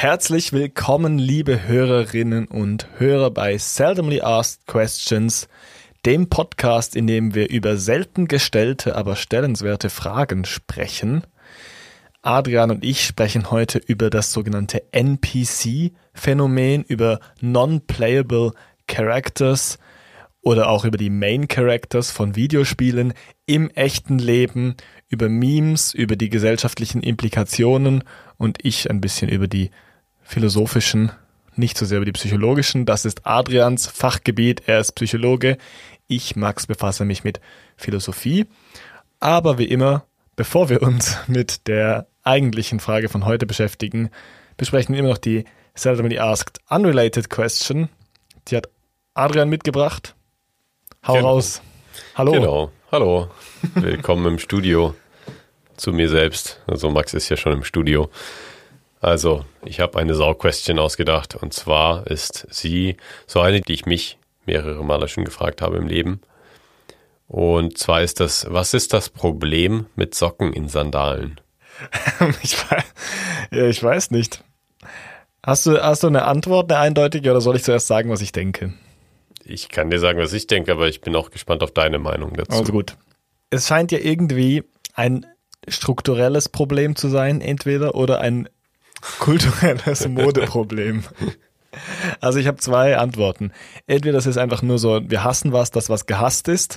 Herzlich willkommen, liebe Hörerinnen und Hörer bei Seldomly Asked Questions, dem Podcast, in dem wir über selten gestellte, aber stellenswerte Fragen sprechen. Adrian und ich sprechen heute über das sogenannte NPC-Phänomen, über Non-Playable Characters oder auch über die Main Characters von Videospielen im echten Leben, über Memes, über die gesellschaftlichen Implikationen und ich ein bisschen über die philosophischen, nicht so sehr über die psychologischen. Das ist Adrians Fachgebiet, er ist Psychologe. Ich, Max, befasse mich mit Philosophie. Aber wie immer, bevor wir uns mit der eigentlichen Frage von heute beschäftigen, besprechen wir immer noch die Seldomly Asked Unrelated Question. Die hat Adrian mitgebracht. Hau raus. Hallo. Genau, hallo. Willkommen im Studio zu mir selbst. Also Max ist ja schon im Studio. Also, ich habe eine Sau-Question ausgedacht und zwar ist sie so eine, die ich mich mehrere Male schon gefragt habe im Leben. Und zwar ist das, was ist das Problem mit Socken in Sandalen? Ich weiß nicht. Hast du eine Antwort, eine eindeutige, oder soll ich zuerst sagen, was ich denke? Ich kann dir sagen, was ich denke, aber ich bin auch gespannt auf deine Meinung dazu. Also gut. Es scheint ja irgendwie ein strukturelles Problem zu sein, entweder, oder ein kulturelles Modeproblem. Also ich habe zwei Antworten. Entweder das ist einfach nur so, wir hassen was, das was gehasst ist.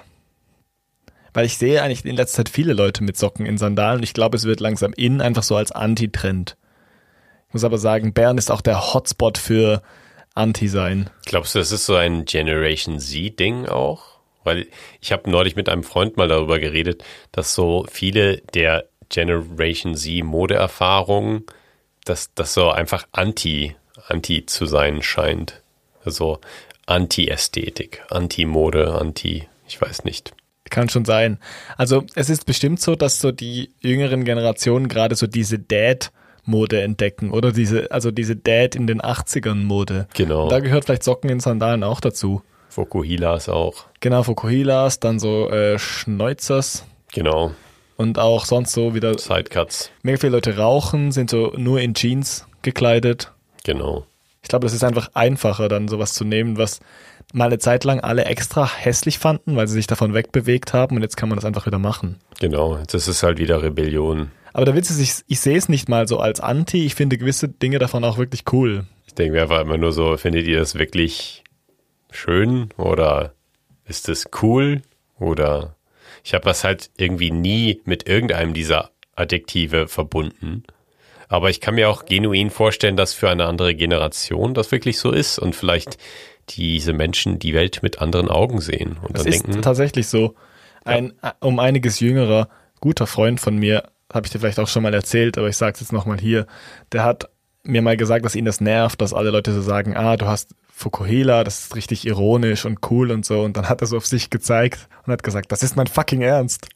Weil ich sehe eigentlich in letzter Zeit viele Leute mit Socken in Sandalen und ich glaube, es wird langsam in, einfach so als Anti-Trend. Ich muss aber sagen, Bern ist auch der Hotspot für Anti-Sein. Glaubst du, das ist so ein Generation Z-Ding auch? Weil ich habe neulich mit einem Freund mal darüber geredet, dass so viele der Generation Z-Modeerfahrungen, dass das so einfach Anti zu sein scheint. Also Anti-Ästhetik, Anti-Mode, ich weiß nicht. Kann schon sein. Also es ist bestimmt so, dass so die jüngeren Generationen gerade so diese Dad-Mode entdecken oder diese Dad in den 80ern Mode. Genau. Und da gehört vielleicht Socken in Sandalen auch dazu. Fokuhilas auch. Genau, Fokuhilas, dann so Schneuzers. Genau. Und auch sonst so wieder Sidecuts. Mega viele Leute rauchen, sind so nur in Jeans gekleidet. Genau. Ich glaube, das ist einfach einfacher, dann sowas zu nehmen, was mal eine Zeit lang alle extra hässlich fanden, weil sie sich davon wegbewegt haben und jetzt kann man das einfach wieder machen. Genau, das ist halt wieder Rebellion. Aber der Witz ist, ich sehe es nicht mal so als Anti, ich finde gewisse Dinge davon auch wirklich cool. Ich denke mir einfach immer nur so, findet ihr das wirklich schön oder ist das cool oder ich habe das halt irgendwie nie mit irgendeinem dieser Adjektive verbunden. Aber ich kann mir auch genuin vorstellen, dass für eine andere Generation das wirklich so ist und vielleicht diese Menschen die Welt mit anderen Augen sehen. Und das dann ist denken, tatsächlich so. Ein um einiges jüngerer, guter Freund von mir, habe ich dir vielleicht auch schon mal erzählt, aber ich sage es jetzt nochmal hier, der hat mir mal gesagt, dass ihn das nervt, dass alle Leute so sagen, du hast Fukuhila, das ist richtig ironisch und cool und so. Und dann hat er so auf sich gezeigt und hat gesagt, das ist mein fucking Ernst.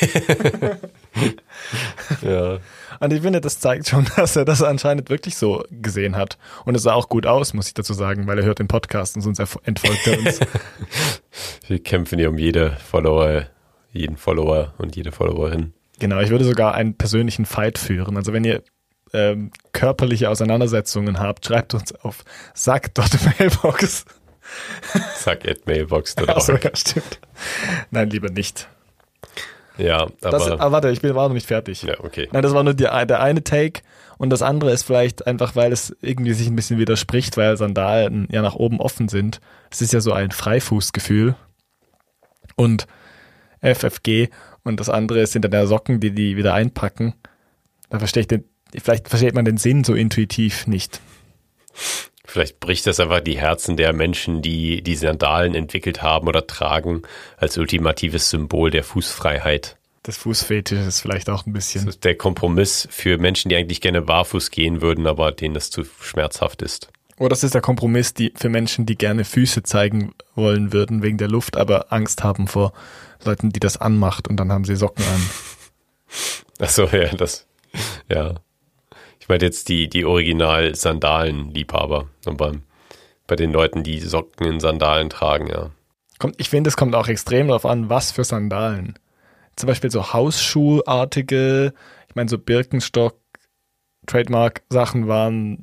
ja. Und ich finde, das zeigt schon, dass er das anscheinend wirklich so gesehen hat. Und es sah auch gut aus, muss ich dazu sagen, weil er hört den Podcast und sonst entfolgt er uns. Wir kämpfen hier um jeden Follower und jede Followerin. Genau, ich würde sogar einen persönlichen Fight führen. Also wenn ihr körperliche Auseinandersetzungen habt, schreibt uns auf sack.mailbox. Sack@mailbox.org. Achso, ja, stimmt. Nein, lieber nicht. Ja, aber... warte, war noch nicht fertig. Ja, okay. Nein, das war nur der eine Take und das andere ist vielleicht einfach, weil es irgendwie sich ein bisschen widerspricht, weil Sandalen ja nach oben offen sind. Es ist ja so ein Freifußgefühl und FFG und das andere sind dann ja Socken, die wieder einpacken. Vielleicht versteht man den Sinn so intuitiv nicht. Vielleicht bricht das einfach die Herzen der Menschen, die die Sandalen entwickelt haben oder tragen, als ultimatives Symbol der Fußfreiheit. Das Fußfetisch ist vielleicht auch ein bisschen. Das ist der Kompromiss für Menschen, die eigentlich gerne barfuß gehen würden, aber denen das zu schmerzhaft ist. Oder das ist der Kompromiss für Menschen, die gerne Füße zeigen wollen würden wegen der Luft, aber Angst haben vor Leuten, die das anmacht und dann haben sie Socken an. Ach so, ja. Ich meine jetzt die Original-Sandalen-Liebhaber. Aber bei den Leuten, die Socken in Sandalen tragen, ja. Ich finde, es kommt auch extrem darauf an, was für Sandalen. Zum Beispiel so Hausschuhartige, ich meine so Birkenstock, Trademark-Sachen waren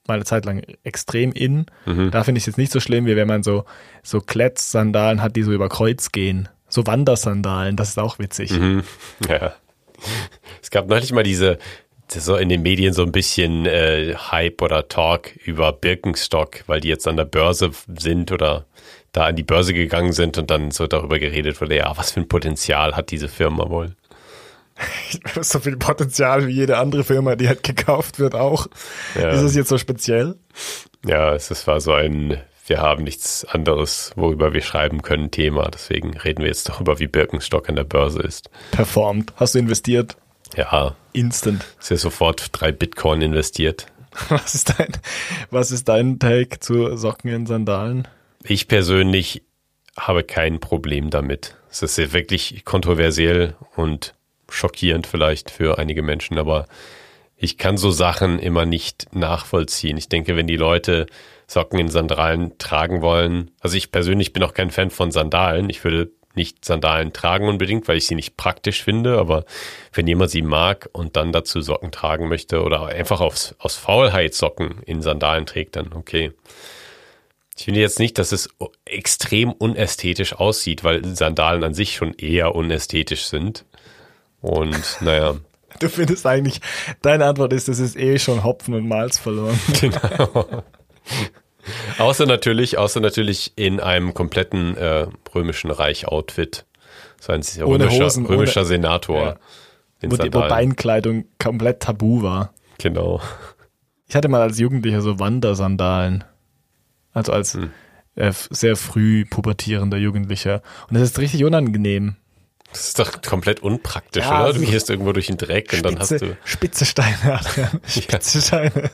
mal eine Zeit lang extrem in. Da finde ich es jetzt nicht so schlimm, wie wenn man so Kletz-Sandalen hat, die so über Kreuz gehen. So Wandersandalen, das ist auch witzig. Ja. Es gab neulich mal so in den Medien so ein bisschen Hype oder Talk über Birkenstock, weil die jetzt an der Börse sind oder da an die Börse gegangen sind und dann so darüber geredet wurde, ja, was für ein Potenzial hat diese Firma wohl? So viel Potenzial wie jede andere Firma, die halt gekauft wird auch. Ja. Ist es jetzt so speziell? Ja, war so wir haben nichts anderes, worüber wir schreiben können, Thema. Deswegen reden wir jetzt darüber, wie Birkenstock an der Börse ist. Performt. Hast du investiert? Ja. Instant. Ist ja sofort 3 Bitcoin investiert. Was ist dein Take zu Socken in Sandalen? Ich persönlich habe kein Problem damit. Es ist ja wirklich kontroversiell und schockierend vielleicht für einige Menschen, aber ich kann so Sachen immer nicht nachvollziehen. Ich denke, wenn die Leute Socken in Sandalen tragen wollen, also ich persönlich bin auch kein Fan von Sandalen. Ich würde nicht Sandalen tragen unbedingt, weil ich sie nicht praktisch finde, aber wenn jemand sie mag und dann dazu Socken tragen möchte oder einfach aus Faulheit Socken in Sandalen trägt, dann okay. Ich finde jetzt nicht, dass es extrem unästhetisch aussieht, weil Sandalen an sich schon eher unästhetisch sind. Und naja. Du findest eigentlich, deine Antwort ist, es ist schon Hopfen und Malz verloren. Genau. Außer natürlich in einem kompletten römischen Reich-Outfit. So ein römischer Senator. Ja. Wo Beinkleidung komplett tabu war. Genau. Ich hatte mal als Jugendlicher so Wandersandalen. Also als sehr früh pubertierender Jugendlicher. Und das ist richtig unangenehm. Das ist doch komplett unpraktisch, ja, oder? Du gehst irgendwo durch den Dreck und dann hast du... Spitze Steine, Adrian. Spitze Steine.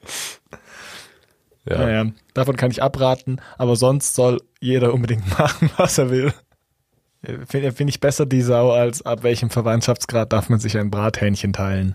Ja. Naja, davon kann ich abraten, aber sonst soll jeder unbedingt machen, was er will. Finde ich besser die Sau, als ab welchem Verwandtschaftsgrad darf man sich ein Brathähnchen teilen.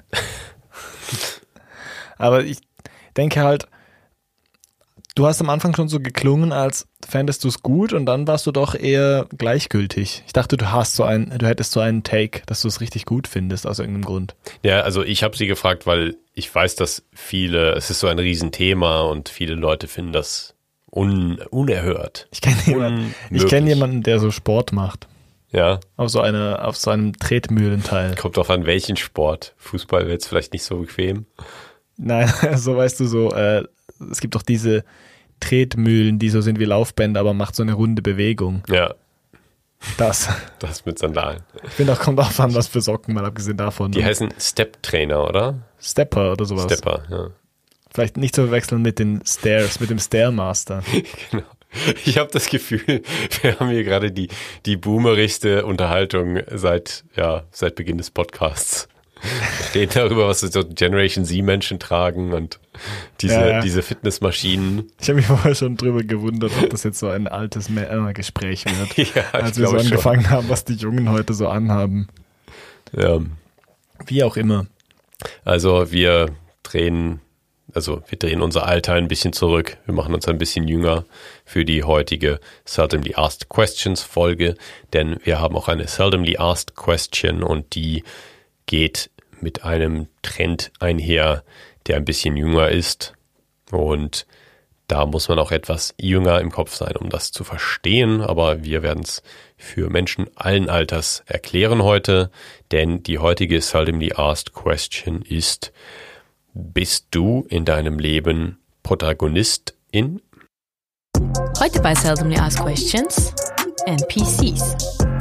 Aber ich denke halt, du hast am Anfang schon so geklungen, als fändest du es gut und dann warst du doch eher gleichgültig. Ich dachte, du hättest so einen Take, dass du es richtig gut findest, aus irgendeinem Grund. Ja, also ich habe sie gefragt, weil ich weiß, dass es ist so ein Riesenthema und viele Leute finden das unerhört. Ich kenne jemanden, der so Sport macht. Ja. Auf so einem Tretmühlenteil. Kommt drauf an, welchen Sport. Fußball wäre jetzt vielleicht nicht so bequem. Nein, so weißt du es gibt doch diese Tretmühlen, die so sind wie Laufbänder, aber macht so eine runde Bewegung. Ja. Das mit Sandalen. Ich finde auch, kommt auch an, was für Socken, mal abgesehen davon. Die heißen Step-Trainer, oder? Stepper oder sowas. Stepper, ja. Vielleicht nicht zu verwechseln mit den Stairs, mit dem Stairmaster. Genau. Ich habe das Gefühl, wir haben hier gerade die boomerigste Unterhaltung seit Beginn des Podcasts. Reden darüber, was so Generation Z-Menschen tragen und diese Fitnessmaschinen. Ich habe mich vorher schon drüber gewundert, ob das jetzt so ein altes Gespräch wird, ja, als wir so angefangen haben, was die Jungen heute so anhaben. Ja. Wie auch immer. Also wir drehen unser Alter ein bisschen zurück. Wir machen uns ein bisschen jünger für die heutige Seldomly Asked Questions Folge, denn wir haben auch eine Seldomly Asked Question und die geht mit einem Trend einher, der ein bisschen jünger ist. Und da muss man auch etwas jünger im Kopf sein, um das zu verstehen. Aber wir werden es für Menschen allen Alters erklären heute, denn die heutige Seldomly Asked Question ist: Bist du in deinem Leben Protagonistin? Heute bei Seldomly Asked Questions: NPCs.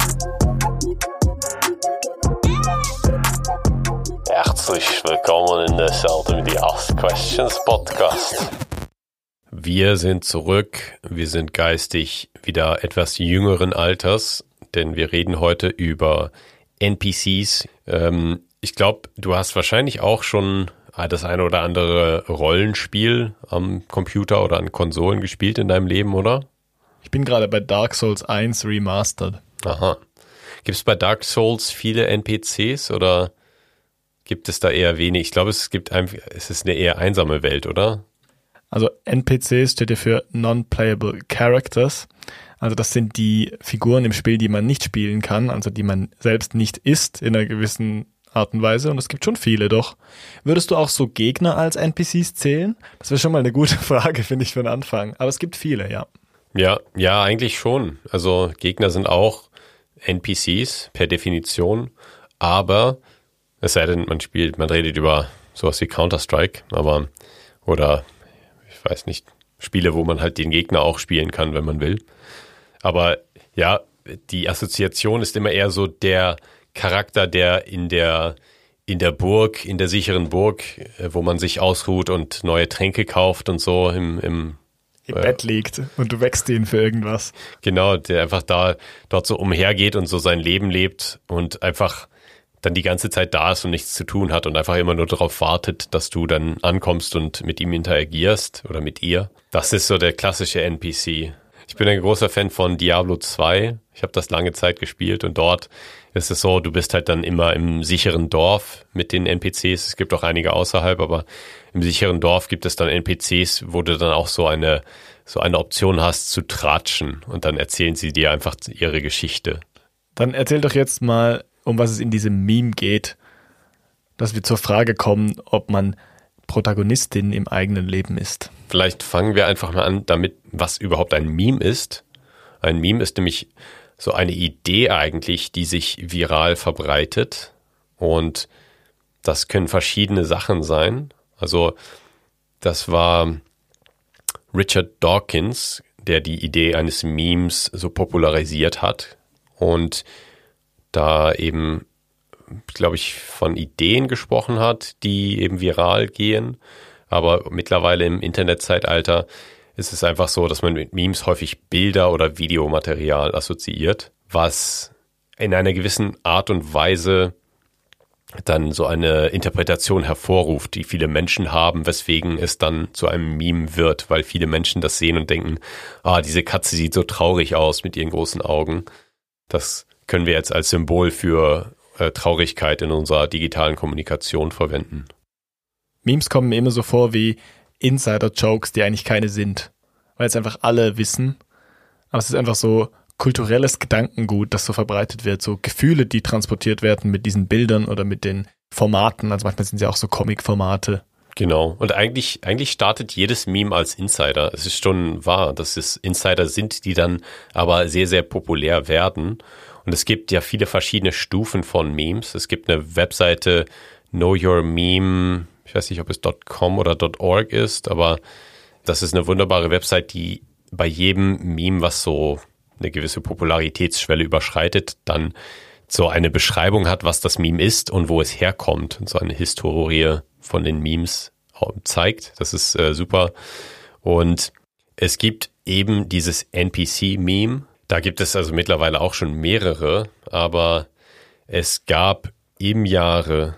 Herzlich willkommen in der Seldomly Asked Questions Podcast. Wir sind zurück. Wir sind geistig wieder etwas jüngeren Alters, denn wir reden heute über NPCs. Ich glaube, du hast wahrscheinlich auch schon das eine oder andere Rollenspiel am Computer oder an Konsolen gespielt in deinem Leben, oder? Ich bin gerade bei Dark Souls 1 Remastered. Aha. Gibt es bei Dark Souls viele NPCs oder gibt es da eher wenig? Ich glaube, es ist eine eher einsame Welt, oder? Also NPCs steht ja für Non-Playable Characters. Also das sind die Figuren im Spiel, die man nicht spielen kann, also die man selbst nicht ist in einer gewissen Art und Weise und es gibt schon viele doch. Würdest du auch so Gegner als NPCs zählen? Das wäre schon mal eine gute Frage, finde ich, für den Anfang. Aber es gibt viele, ja. Ja, eigentlich schon. Also Gegner sind auch NPCs per Definition, aber es sei denn, man redet über sowas wie Counter-Strike, oder ich weiß nicht, Spiele, wo man halt den Gegner auch spielen kann, wenn man will. Aber ja, die Assoziation ist immer eher so der Charakter, der in der Burg, in der sicheren Burg, wo man sich ausruht und neue Tränke kauft und so im Bett liegt und du wächst ihn für irgendwas. Genau, der einfach dort so umhergeht und so sein Leben lebt und einfach dann die ganze Zeit da ist und nichts zu tun hat und einfach immer nur darauf wartet, dass du dann ankommst und mit ihm interagierst oder mit ihr. Das ist so der klassische NPC. Ich bin ein großer Fan von Diablo 2. Ich habe das lange Zeit gespielt und dort ist es so, du bist halt dann immer im sicheren Dorf mit den NPCs. Es gibt auch einige außerhalb, aber im sicheren Dorf gibt es dann NPCs, wo du dann auch so eine Option hast zu tratschen und dann erzählen sie dir einfach ihre Geschichte. Dann erzähl doch jetzt mal, um was es in diesem Meme geht, dass wir zur Frage kommen, ob man Protagonistin im eigenen Leben ist. Vielleicht fangen wir einfach mal an damit, was überhaupt ein Meme ist. Ein Meme ist nämlich so eine Idee eigentlich, die sich viral verbreitet. Und das können verschiedene Sachen sein. Also das war Richard Dawkins, der die Idee eines Memes so popularisiert hat und da eben, glaube ich, von Ideen gesprochen hat, die eben viral gehen. Aber mittlerweile im Internetzeitalter ist es einfach so, dass man mit Memes häufig Bilder oder Videomaterial assoziiert, was in einer gewissen Art und Weise dann so eine Interpretation hervorruft, die viele Menschen haben, weswegen es dann zu einem Meme wird, weil viele Menschen das sehen und denken, diese Katze sieht so traurig aus mit ihren großen Augen. Das können wir jetzt als Symbol für Traurigkeit in unserer digitalen Kommunikation verwenden. Memes kommen mir immer so vor wie Insider-Jokes, die eigentlich keine sind, weil es einfach alle wissen. Aber es ist einfach so kulturelles Gedankengut, das so verbreitet wird, so Gefühle, die transportiert werden mit diesen Bildern oder mit den Formaten. Also manchmal sind es ja auch so Comic-Formate. Genau. Und eigentlich startet jedes Meme als Insider. Es ist schon wahr, dass es Insider sind, die dann aber sehr, sehr populär werden. Und es gibt ja viele verschiedene Stufen von Memes. Es gibt eine Webseite Know Your Meme, ich weiß nicht, ob es .com oder .org ist, aber das ist eine wunderbare Website, die bei jedem Meme, was so eine gewisse Popularitätsschwelle überschreitet, dann so eine Beschreibung hat, was das Meme ist und wo es herkommt und so eine Historie von den Memes zeigt. Das ist super. Und es gibt eben dieses NPC-Meme. Da gibt es also mittlerweile auch schon mehrere, aber es gab im Jahre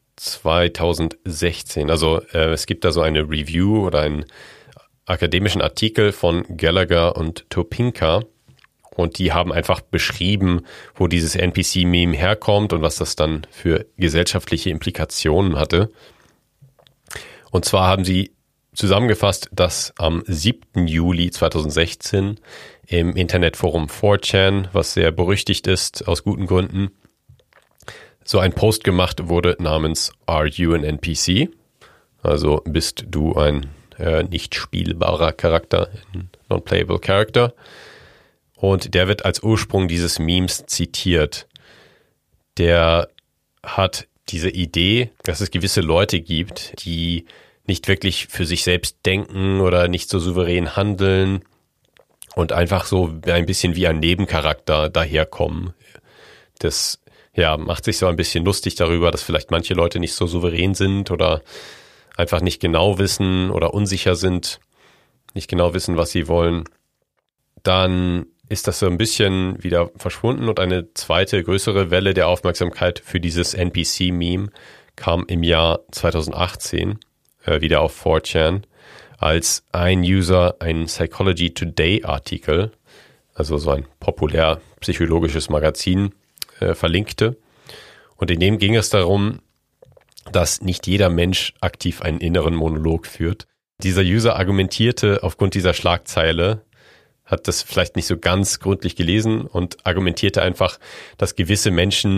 2016, also es gibt da so eine Review oder einen akademischen Artikel von Gallagher und Topinka und die haben einfach beschrieben, wo dieses NPC-Meme herkommt und was das dann für gesellschaftliche Implikationen hatte. Und zwar haben sie zusammengefasst, dass am 7. Juli 2016 im Internetforum 4chan, was sehr berüchtigt ist, aus guten Gründen, so ein Post gemacht wurde namens Are you an NPC? Also bist du ein nicht spielbarer Charakter, ein non-playable Character? Und der wird als Ursprung dieses Memes zitiert. Der hat diese Idee, dass es gewisse Leute gibt, die nicht wirklich für sich selbst denken oder nicht so souverän handeln und einfach so ein bisschen wie ein Nebencharakter daherkommen. Das macht sich so ein bisschen lustig darüber, dass vielleicht manche Leute nicht so souverän sind oder einfach nicht genau wissen oder unsicher sind, nicht genau wissen, was sie wollen. Dann ist das so ein bisschen wieder verschwunden und eine zweite, größere Welle der Aufmerksamkeit für dieses NPC-Meme kam im Jahr 2018 wieder auf 4chan, als ein User einen Psychology Today-Artikel, also so ein populär psychologisches Magazin, verlinkte. Und in dem ging es darum, dass nicht jeder Mensch aktiv einen inneren Monolog führt. Dieser User argumentierte aufgrund dieser Schlagzeile, hat das vielleicht nicht so ganz gründlich gelesen und argumentierte einfach, dass gewisse Menschen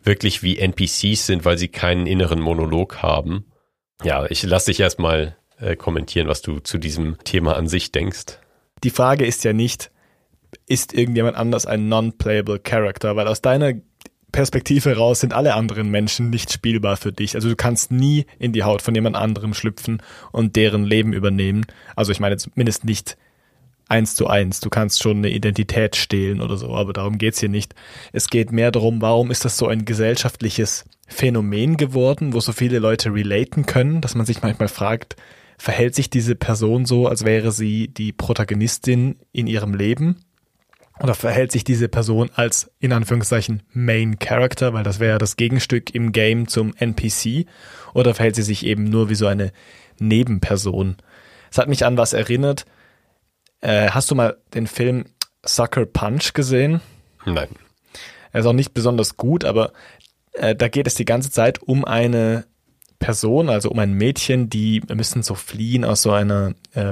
wirklich wie NPCs sind, weil sie keinen inneren Monolog haben. Ja, ich lasse dich erstmal kommentieren, was du zu diesem Thema an sich denkst. Die Frage ist ja nicht, ist irgendjemand anders ein non-playable Character? Weil aus deiner Perspektive raus sind alle anderen Menschen nicht spielbar für dich. Also du kannst nie in die Haut von jemand anderem schlüpfen und deren Leben übernehmen. Also ich meine zumindest nicht 1:1. Du kannst schon eine Identität stehlen oder so, aber darum geht's hier nicht. Es geht mehr darum, warum ist das so ein gesellschaftliches Phänomen geworden, wo so viele Leute relaten können, dass man sich manchmal fragt, verhält sich diese Person so, als wäre sie die Protagonistin in ihrem Leben? Oder verhält sich diese Person als, in Anführungszeichen, Main Character, weil das wäre ja das Gegenstück im Game zum NPC? Oder verhält sie sich eben nur wie so eine Nebenperson? Es hat mich an was erinnert. Hast du mal den Film Sucker Punch gesehen? Nein. Er ist auch nicht besonders gut, aber da geht es die ganze Zeit um eine Person, also um ein Mädchen, die müssen so fliehen aus so einer,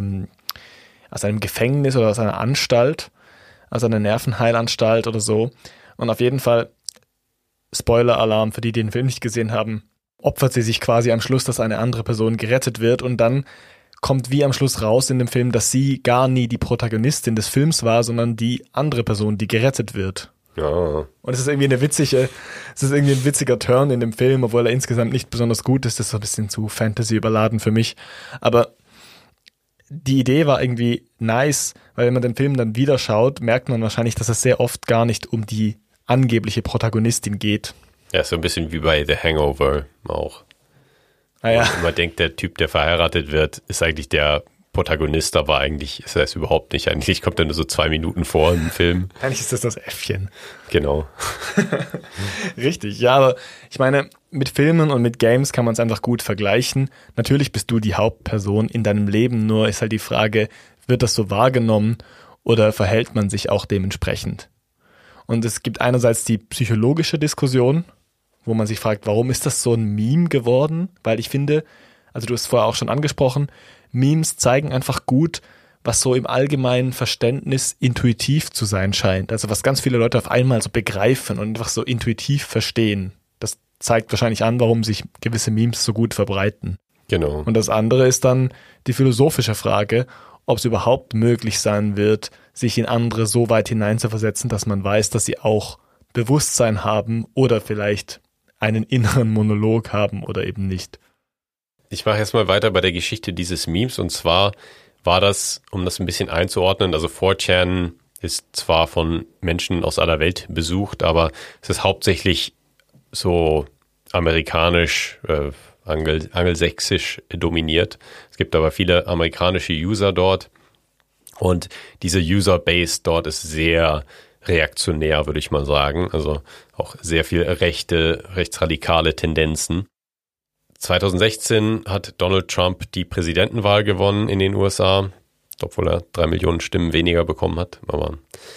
aus einem Gefängnis oder aus einer Anstalt, aus einer Nervenheilanstalt oder so. Und auf jeden Fall, Spoiler-Alarm für die den Film nicht gesehen haben, opfert sie sich quasi am Schluss, dass eine andere Person gerettet wird und dann kommt wie am Schluss raus in dem Film, dass sie gar nie die Protagonistin des Films war, sondern die andere Person, die gerettet wird. Ja. Und es ist irgendwie ein witziger Turn in dem Film, obwohl er insgesamt nicht besonders gut ist. Das ist so ein bisschen zu Fantasy überladen für mich. Aber die Idee war irgendwie nice, weil wenn man den Film dann wieder schaut, merkt man wahrscheinlich, dass es sehr oft gar nicht um die angebliche Protagonistin geht. Ja, so ein bisschen wie bei The Hangover auch. Ah, ja. Und man denkt, der Typ, der verheiratet wird, ist eigentlich der Protagonist, aber eigentlich ist er es überhaupt nicht. Eigentlich kommt er nur so 2 Minuten vor im Film. Eigentlich ist das Äffchen. Genau. Richtig, ja, aber ich meine, mit Filmen und mit Games kann man es einfach gut vergleichen. Natürlich bist du die Hauptperson in deinem Leben, nur ist halt die Frage, wird das so wahrgenommen oder verhält man sich auch dementsprechend? Und es gibt einerseits die psychologische Diskussion, wo man sich fragt, warum ist das so ein Meme geworden? Weil ich finde, also du hast es vorher auch schon angesprochen, Memes zeigen einfach gut, was so im allgemeinen Verständnis intuitiv zu sein scheint. Also was ganz viele Leute auf einmal so begreifen und einfach so intuitiv verstehen. Das zeigt wahrscheinlich an, warum sich gewisse Memes so gut verbreiten. Genau. Und das andere ist dann die philosophische Frage, ob es überhaupt möglich sein wird, sich in andere so weit hineinzuversetzen, dass man weiß, dass sie auch Bewusstsein haben oder vielleicht einen inneren Monolog haben oder eben nicht. Ich mache jetzt mal weiter bei der Geschichte dieses Memes und zwar war das, um das ein bisschen einzuordnen, also 4chan ist zwar von Menschen aus aller Welt besucht, aber es ist hauptsächlich so amerikanisch, angelsächsisch dominiert. Es gibt aber viele amerikanische User dort und diese User-Base dort ist sehr reaktionär, würde ich mal sagen. Also auch sehr viel rechtsradikale Tendenzen. 2016 hat Donald Trump die Präsidentenwahl gewonnen in den USA, obwohl er 3 Millionen Stimmen weniger bekommen hat. Aber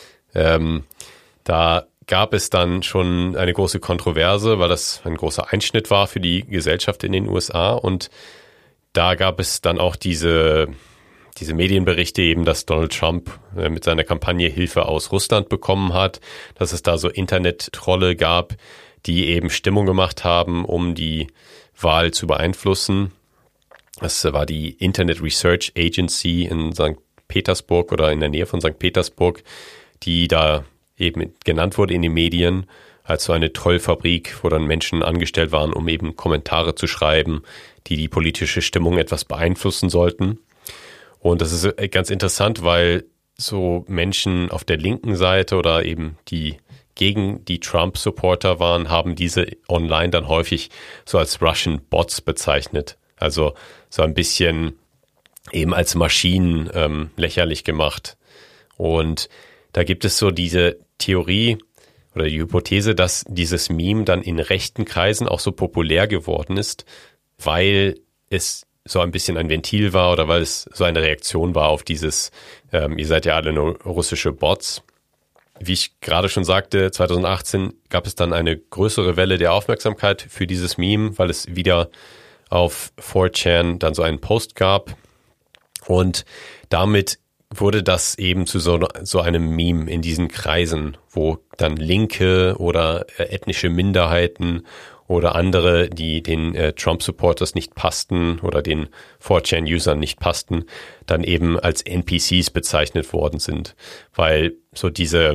da gab es dann schon eine große Kontroverse, weil das ein großer Einschnitt war für die Gesellschaft in den USA. Und da gab es dann auch diese Medienberichte eben, dass Donald Trump mit seiner Kampagne Hilfe aus Russland bekommen hat, dass es da so Internet-Trolle gab, die eben Stimmung gemacht haben, um die Wahl zu beeinflussen. Das war die Internet Research Agency in St. Petersburg oder in der Nähe von St. Petersburg, die da eben genannt wurde in den Medien als so eine Trollfabrik, wo dann Menschen angestellt waren, um eben Kommentare zu schreiben, die die politische Stimmung etwas beeinflussen sollten. Und das ist ganz interessant, weil so Menschen auf der linken Seite oder eben die gegen die Trump-Supporter waren, haben diese online dann häufig so als Russian Bots bezeichnet. Also so ein bisschen eben als Maschinen lächerlich gemacht. Und da gibt es so diese Theorie oder die Hypothese, dass dieses Meme dann in rechten Kreisen auch so populär geworden ist, weil es so ein bisschen ein Ventil war oder weil es so eine Reaktion war auf dieses, ihr seid ja alle nur russische Bots. Wie ich gerade schon sagte, 2018 gab es dann eine größere Welle der Aufmerksamkeit für dieses Meme, weil es wieder auf 4chan dann so einen Post gab. Und damit wurde das eben zu so einem Meme in diesen Kreisen, wo dann Linke oder ethnische Minderheiten oder andere, die den Trump-Supporters nicht passten oder den 4chan-Usern nicht passten, dann eben als NPCs bezeichnet worden sind. Weil so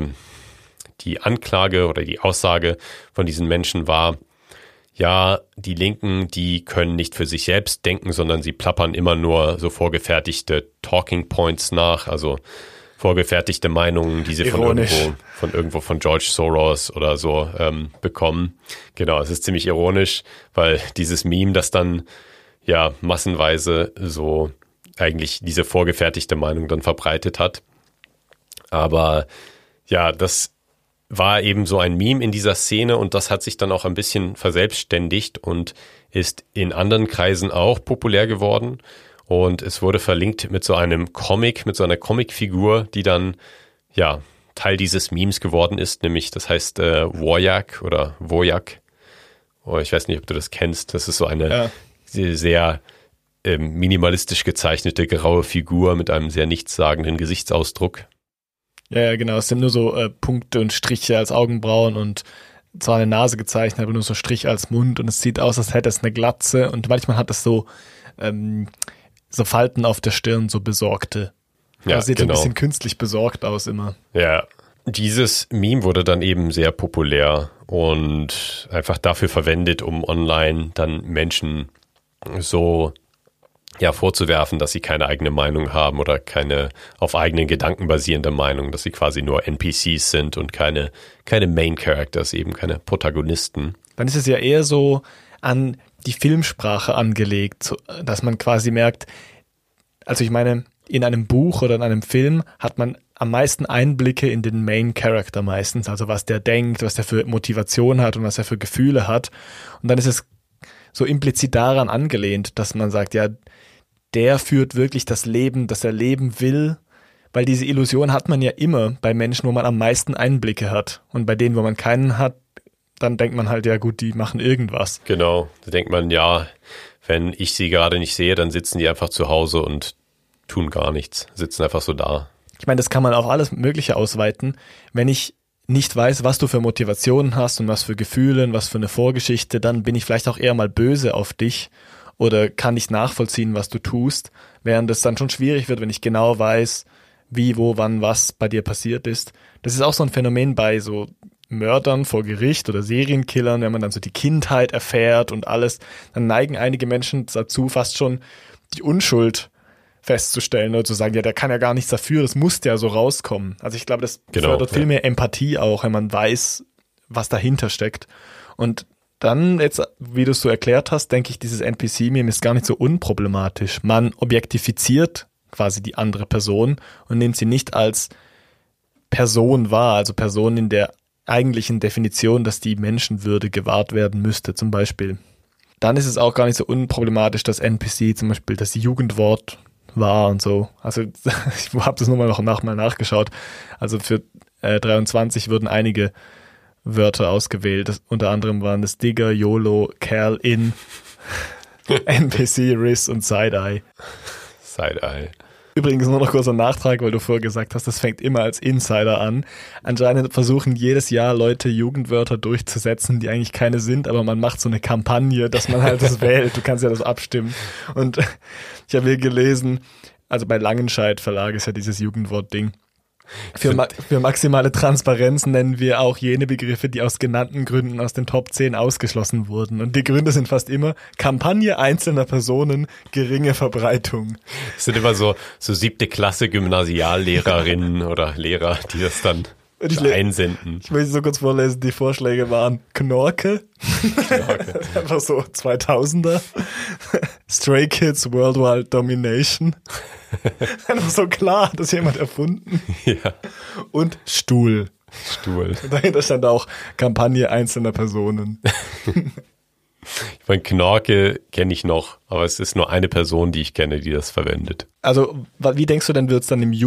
die Anklage oder die Aussage von diesen Menschen war, ja, die Linken, die können nicht für sich selbst denken, sondern sie plappern immer nur so vorgefertigte Talking Points nach, also vorgefertigte Meinungen, die sie von irgendwo von George Soros oder so bekommen. Genau, es ist ziemlich ironisch, weil dieses Meme, das dann ja massenweise so eigentlich diese vorgefertigte Meinung dann verbreitet hat. Aber ja, das war eben so ein Meme in dieser Szene und das hat sich dann auch ein bisschen verselbstständigt und ist in anderen Kreisen auch populär geworden. Und es wurde verlinkt mit so einem Comic, mit so einer Comicfigur, die dann ja Teil dieses Memes geworden ist, nämlich das heißt Wojak oder Wojak. Oh, ich weiß nicht, ob du das kennst. Das ist so eine sehr minimalistisch gezeichnete graue Figur mit einem sehr nichtssagenden Gesichtsausdruck. Ja, genau. Es sind nur so Punkte und Striche als Augenbrauen und zwar eine Nase gezeichnet, aber nur so Strich als Mund und es sieht aus, als hätte es eine Glatze und manchmal hat es so Falten auf der Stirn, so besorgte. Ja, also sieht ein bisschen künstlich besorgt aus immer. Ja, dieses Meme wurde dann eben sehr populär und einfach dafür verwendet, um online dann Menschen so vorzuwerfen, dass sie keine eigene Meinung haben oder keine auf eigenen Gedanken basierende Meinung, dass sie quasi nur NPCs sind und keine Main Characters, eben keine Protagonisten. Dann ist es ja eher so an die Filmsprache angelegt, dass man quasi merkt, also ich meine, in einem Buch oder in einem Film hat man am meisten Einblicke in den Main Character meistens, also was der denkt, was der für Motivation hat und was er für Gefühle hat. Und dann ist es so implizit daran angelehnt, dass man sagt, ja, der führt wirklich das Leben, das er leben will, weil diese Illusion hat man ja immer bei Menschen, wo man am meisten Einblicke hat. Und bei denen, wo man keinen hat, dann denkt man halt, ja gut, die machen irgendwas. Genau, da denkt man, ja, wenn ich sie gerade nicht sehe, dann sitzen die einfach zu Hause und tun gar nichts, sitzen einfach so da. Ich meine, das kann man auf alles Mögliche ausweiten. Wenn ich nicht weiß, was du für Motivationen hast und was für Gefühle und was für eine Vorgeschichte, dann bin ich vielleicht auch eher mal böse auf dich oder kann nicht nachvollziehen, was du tust, während es dann schon schwierig wird, wenn ich genau weiß, wie, wo, wann, was bei dir passiert ist. Das ist auch so ein Phänomen bei so Mördern vor Gericht oder Serienkillern, wenn man dann so die Kindheit erfährt und alles, dann neigen einige Menschen dazu, fast schon die Unschuld festzustellen oder zu sagen, ja, der kann ja gar nichts dafür, das muss ja so rauskommen. Also ich glaube, das fördert viel mehr Empathie auch, wenn man weiß, was dahinter steckt. Und dann jetzt, wie du es so erklärt hast, denke ich, dieses NPC-Meme ist gar nicht so unproblematisch. Man objektifiziert quasi die andere Person und nimmt sie nicht als Person wahr, also Person in der eigentlichen Definition, dass die Menschenwürde gewahrt werden müsste zum Beispiel. Dann ist es auch gar nicht so unproblematisch, dass NPC zum Beispiel das Jugendwort war und so. Also ich habe das nochmal nachgeschaut. Also für 23 wurden einige Wörter ausgewählt. Unter anderem waren es Digger, YOLO, Kerl, In, NPC, Riss und Side-Eye. Side-Eye. Übrigens nur noch kurzer Nachtrag, weil du vorher gesagt hast, das fängt immer als Insider an. Anscheinend versuchen jedes Jahr Leute Jugendwörter durchzusetzen, die eigentlich keine sind, aber man macht so eine Kampagne, dass man halt das wählt. Du kannst ja das abstimmen. Und ich habe hier gelesen, also bei Langenscheidt Verlag ist ja dieses Jugendwort-Ding. Für maximale Transparenz nennen wir auch jene Begriffe, die aus genannten Gründen aus den Top 10 ausgeschlossen wurden. Und die Gründe sind fast immer Kampagne einzelner Personen, geringe Verbreitung. Es sind immer so 7. Klasse Gymnasiallehrerinnen oder Lehrer, die das dann einsenden. Ich möchte so kurz vorlesen, die Vorschläge waren Knorke. Einfach so 2000er. Stray Kids Worldwide Domination. Einfach so klar, das jemand erfunden. Ja. Und Stuhl. Und dahinter stand auch Kampagne einzelner Personen. Ich meine, Knorke kenne ich noch, aber es ist nur eine Person, die ich kenne, die das verwendet. Also, wie denkst du denn, wird es dann im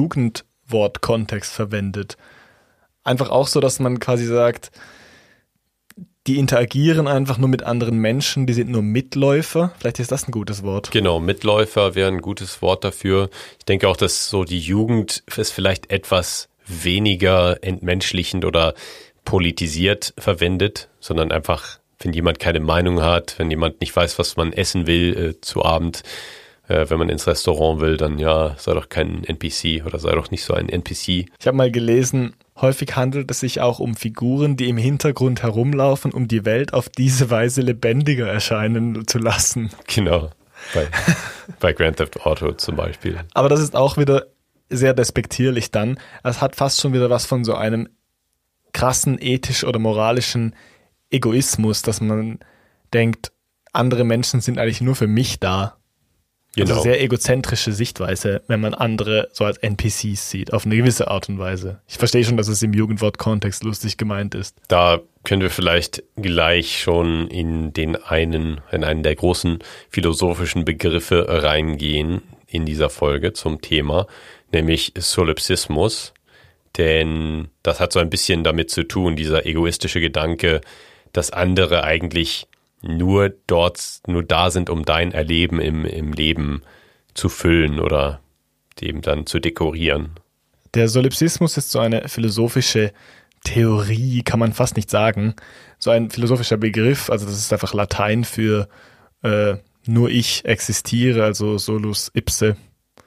Jugendwort-Kontext verwendet? Einfach auch so, dass man quasi sagt, die interagieren einfach nur mit anderen Menschen, die sind nur Mitläufer. Vielleicht ist das ein gutes Wort. Genau, Mitläufer wäre ein gutes Wort dafür. Ich denke auch, dass so die Jugend es vielleicht etwas weniger entmenschlichend oder politisiert verwendet, sondern einfach, wenn jemand keine Meinung hat, wenn jemand nicht weiß, was man essen will zu Abend, wenn man ins Restaurant will, dann ja, sei doch kein NPC oder sei doch nicht so ein NPC. Ich habe mal gelesen, häufig handelt es sich auch um Figuren, die im Hintergrund herumlaufen, um die Welt auf diese Weise lebendiger erscheinen zu lassen. Genau, bei Grand Theft Auto zum Beispiel. Aber das ist auch wieder sehr despektierlich dann. Es hat fast schon wieder was von so einem krassen ethisch oder moralischen Egoismus, dass man denkt, andere Menschen sind eigentlich nur für mich da. Genau. Also sehr egozentrische Sichtweise, wenn man andere so als NPCs sieht, auf eine gewisse Art und Weise. Ich verstehe schon, dass es im Jugendwort-Kontext lustig gemeint ist. Da können wir vielleicht gleich schon in einen der großen philosophischen Begriffe reingehen in dieser Folge zum Thema, nämlich Solipsismus. Denn das hat so ein bisschen damit zu tun, dieser egoistische Gedanke, dass andere eigentlich nur da sind, um dein Erleben im Leben zu füllen oder dem dann zu dekorieren. Der Solipsismus ist so eine philosophische Theorie, kann man fast nicht sagen. So ein philosophischer Begriff, also das ist einfach Latein für nur ich existiere, also solus ipse.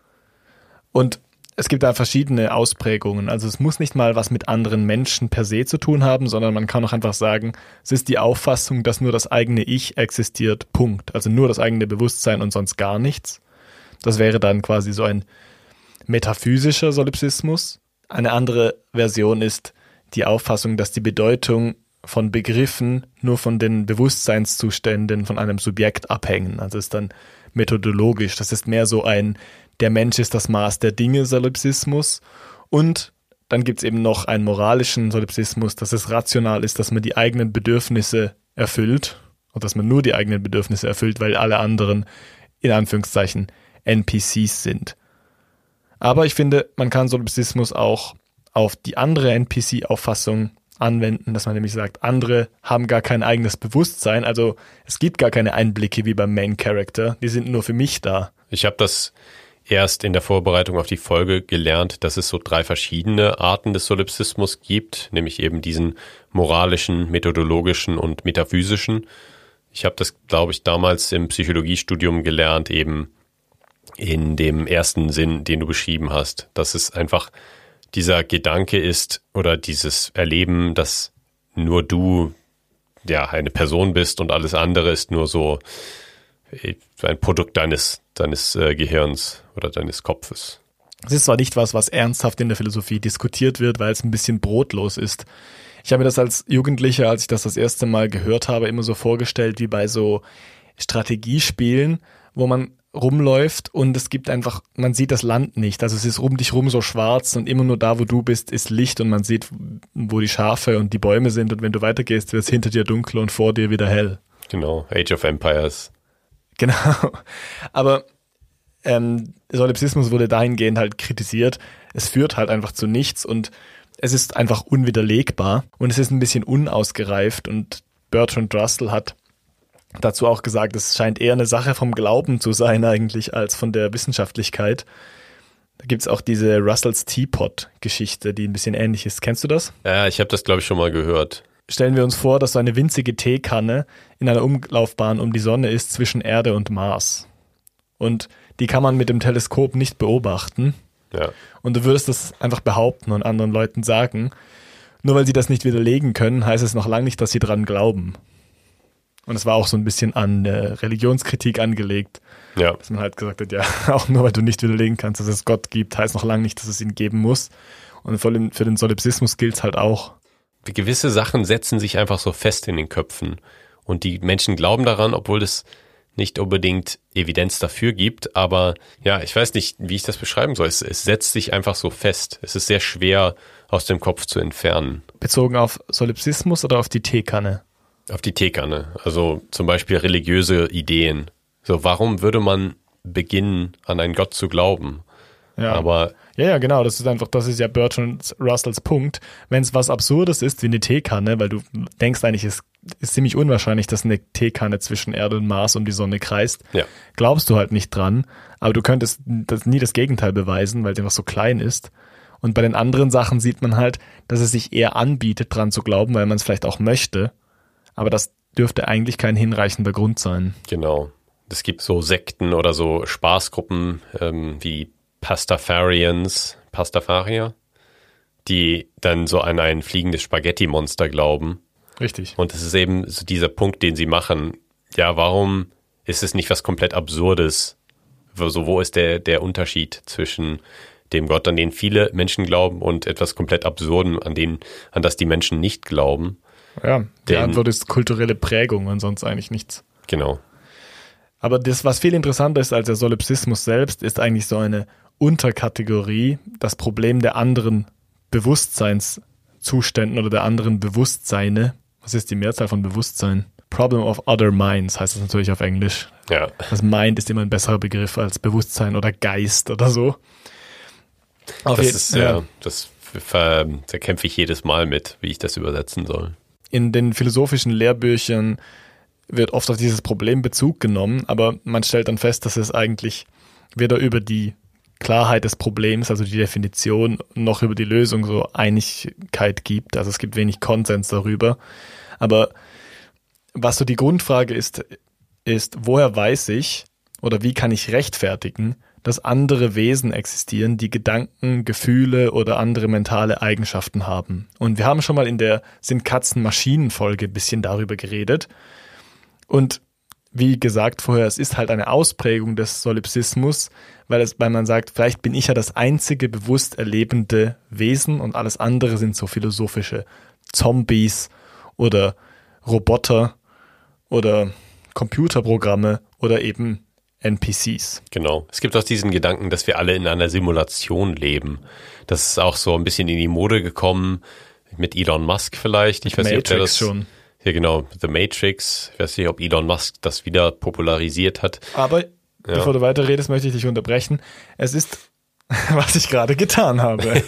Und es gibt da verschiedene Ausprägungen. Also es muss nicht mal was mit anderen Menschen per se zu tun haben, sondern man kann auch einfach sagen, es ist die Auffassung, dass nur das eigene Ich existiert, Punkt. Also nur das eigene Bewusstsein und sonst gar nichts. Das wäre dann quasi so ein metaphysischer Solipsismus. Eine andere Version ist die Auffassung, dass die Bedeutung von Begriffen nur von den Bewusstseinszuständen von einem Subjekt abhängen. Also ist dann methodologisch. Das ist mehr so ein der Mensch ist das Maß der Dinge Solipsismus. Und dann gibt es eben noch einen moralischen Solipsismus, dass es rational ist, dass man die eigenen Bedürfnisse erfüllt und dass man nur die eigenen Bedürfnisse erfüllt, weil alle anderen in Anführungszeichen NPCs sind. Aber ich finde, man kann Solipsismus auch auf die andere NPC-Auffassung anwenden, dass man nämlich sagt, andere haben gar kein eigenes Bewusstsein, also es gibt gar keine Einblicke wie beim Main Character, die sind nur für mich da. Ich habe das erst in der Vorbereitung auf die Folge gelernt, dass es so 3 verschiedene Arten des Solipsismus gibt, nämlich eben diesen moralischen, methodologischen und metaphysischen. Ich habe das, glaube ich, damals im Psychologiestudium gelernt, eben in dem ersten Sinn, den du beschrieben hast, dass es einfach dieser Gedanke ist oder dieses Erleben, dass nur du ja eine Person bist und alles andere ist nur so ein Produkt deines Gehirns oder deines Kopfes. Es ist zwar nicht was ernsthaft in der Philosophie diskutiert wird, weil es ein bisschen brotlos ist. Ich habe mir das als Jugendlicher, als ich das erste Mal gehört habe, immer so vorgestellt wie bei so Strategiespielen, wo man rumläuft und es gibt einfach, man sieht das Land nicht. Also es ist um dich rum so schwarz und immer nur da, wo du bist, ist Licht und man sieht, wo die Schafe und die Bäume sind und wenn du weitergehst, wird es hinter dir dunkel und vor dir wieder hell. Genau, Age of Empires. Genau, aber Solipsismus wurde dahingehend halt kritisiert. Es führt halt einfach zu nichts und es ist einfach unwiderlegbar und es ist ein bisschen unausgereift und Bertrand Russell hat dazu auch gesagt, es scheint eher eine Sache vom Glauben zu sein eigentlich als von der Wissenschaftlichkeit. Da gibt es auch diese Russells Teapot-Geschichte, die ein bisschen ähnlich ist. Kennst du das? Ja, ich habe das, glaube ich, schon mal gehört. Stellen wir uns vor, dass so eine winzige Teekanne in einer Umlaufbahn um die Sonne ist zwischen Erde und Mars. Und die kann man mit dem Teleskop nicht beobachten. Ja. Und du würdest das einfach behaupten und anderen Leuten sagen. Nur weil sie das nicht widerlegen können, heißt es noch lange nicht, dass sie dran glauben. Und es war auch so ein bisschen an Religionskritik angelegt. Ja. Dass man halt gesagt hat, ja, auch nur weil du nicht widerlegen kannst, dass es Gott gibt, heißt noch lange nicht, dass es ihn geben muss. Und für den Solipsismus gilt es halt auch. Gewisse Sachen setzen sich einfach so fest in den Köpfen. Und die Menschen glauben daran, obwohl es nicht unbedingt Evidenz dafür gibt. Aber ja, ich weiß nicht, wie ich das beschreiben soll. Es setzt sich einfach so fest. Es ist sehr schwer aus dem Kopf zu entfernen. Bezogen auf Solipsismus oder auf die Teekanne? Auf die Teekanne. Also zum Beispiel religiöse Ideen. So, warum würde man beginnen, an einen Gott zu glauben? Ja. Aber ja, genau, das ist ja Bertrand Russells Punkt. Wenn es was Absurdes ist wie eine Teekanne, weil du denkst eigentlich, es ist ziemlich unwahrscheinlich, dass eine Teekanne zwischen Erde und Mars um die Sonne kreist. Ja. Glaubst du halt nicht dran, aber du könntest nie das Gegenteil beweisen, weil es einfach so klein ist. Und bei den anderen Sachen sieht man halt, dass es sich eher anbietet, dran zu glauben, weil man es vielleicht auch möchte. Aber das dürfte eigentlich kein hinreichender Grund sein. Genau. Es gibt so Sekten oder so Spaßgruppen wie Pastafarier, die dann so an ein fliegendes Spaghetti-Monster glauben. Richtig. Und es ist eben so dieser Punkt, den sie machen. Ja, warum ist es nicht was komplett Absurdes? Also wo ist der Unterschied zwischen dem Gott, an den viele Menschen glauben, und etwas komplett Absurden, an das die Menschen nicht glauben? Ja, die Antwort ist kulturelle Prägung und sonst eigentlich nichts. Genau. Aber das, was viel interessanter ist als der Solipsismus selbst, ist eigentlich so eine Unterkategorie, das Problem der anderen Bewusstseinszuständen oder der anderen Bewusstseine. Was ist die Mehrzahl von Bewusstsein? Problem of other minds heißt das natürlich auf Englisch. Ja. Das Mind ist immer ein besserer Begriff als Bewusstsein oder Geist oder so. Da kämpfe ich jedes Mal mit, wie ich das übersetzen soll. In den philosophischen Lehrbüchern wird oft auf dieses Problem Bezug genommen, aber man stellt dann fest, dass es eigentlich weder über die Klarheit des Problems, also die Definition, noch über die Lösung so Einigkeit gibt. Also es gibt wenig Konsens darüber. Aber was so die Grundfrage ist, woher weiß ich oder wie kann ich rechtfertigen, dass andere Wesen existieren, die Gedanken, Gefühle oder andere mentale Eigenschaften haben. Und wir haben schon mal in der Sind Katzen Maschinen-Folge ein bisschen darüber geredet. Und wie gesagt vorher, es ist halt eine Ausprägung des Solipsismus, weil man sagt, vielleicht bin ich ja das einzige bewusst erlebende Wesen und alles andere sind so philosophische Zombies oder Roboter oder Computerprogramme oder eben NPCs. Genau. Es gibt auch diesen Gedanken, dass wir alle in einer Simulation leben. Das ist auch so ein bisschen in die Mode gekommen, mit Elon Musk vielleicht. Ich weiß nicht, ob der das schon. Ja, genau, The Matrix. Ich weiß nicht, ob Elon Musk das wieder popularisiert hat. Aber bevor du weiterredest, möchte ich dich unterbrechen. Es ist, was ich gerade getan habe.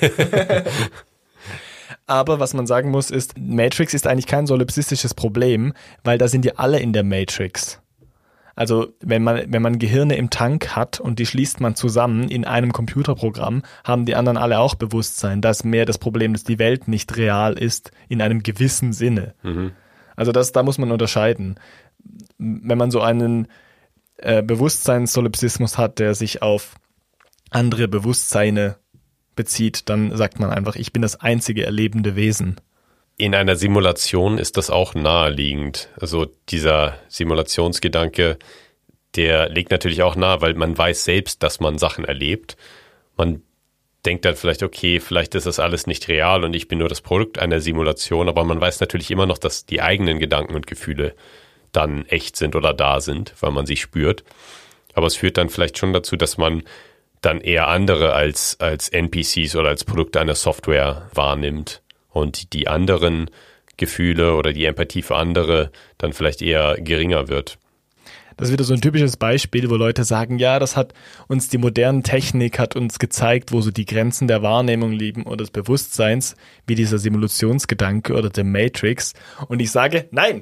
Aber was man sagen muss ist, Matrix ist eigentlich kein solipsistisches Problem, weil da sind ja alle in der Matrix. Also wenn man Gehirne im Tank hat und die schließt man zusammen in einem Computerprogramm, haben die anderen alle auch Bewusstsein. Das ist mehr das Problem, dass die Welt nicht real ist in einem gewissen Sinne. Mhm. Also da muss man unterscheiden. Wenn man so einen Bewusstseinssolipsismus hat, der sich auf andere Bewusstseine bezieht, dann sagt man einfach, ich bin das einzige erlebende Wesen. In einer Simulation ist das auch naheliegend. Also dieser Simulationsgedanke, der liegt natürlich auch nahe, weil man weiß selbst, dass man Sachen erlebt. Man denkt dann vielleicht, okay, vielleicht ist das alles nicht real und ich bin nur das Produkt einer Simulation, aber man weiß natürlich immer noch, dass die eigenen Gedanken und Gefühle dann echt sind oder da sind, weil man sie spürt. Aber es führt dann vielleicht schon dazu, dass man dann eher andere als NPCs oder als Produkte einer Software wahrnimmt und die anderen Gefühle oder die Empathie für andere dann vielleicht eher geringer wird. Das ist wieder so ein typisches Beispiel, wo Leute sagen, ja, das hat uns die moderne Technik hat uns gezeigt, wo so die Grenzen der Wahrnehmung liegen oder des Bewusstseins, wie dieser Simulationsgedanke oder der Matrix. Und ich sage, nein!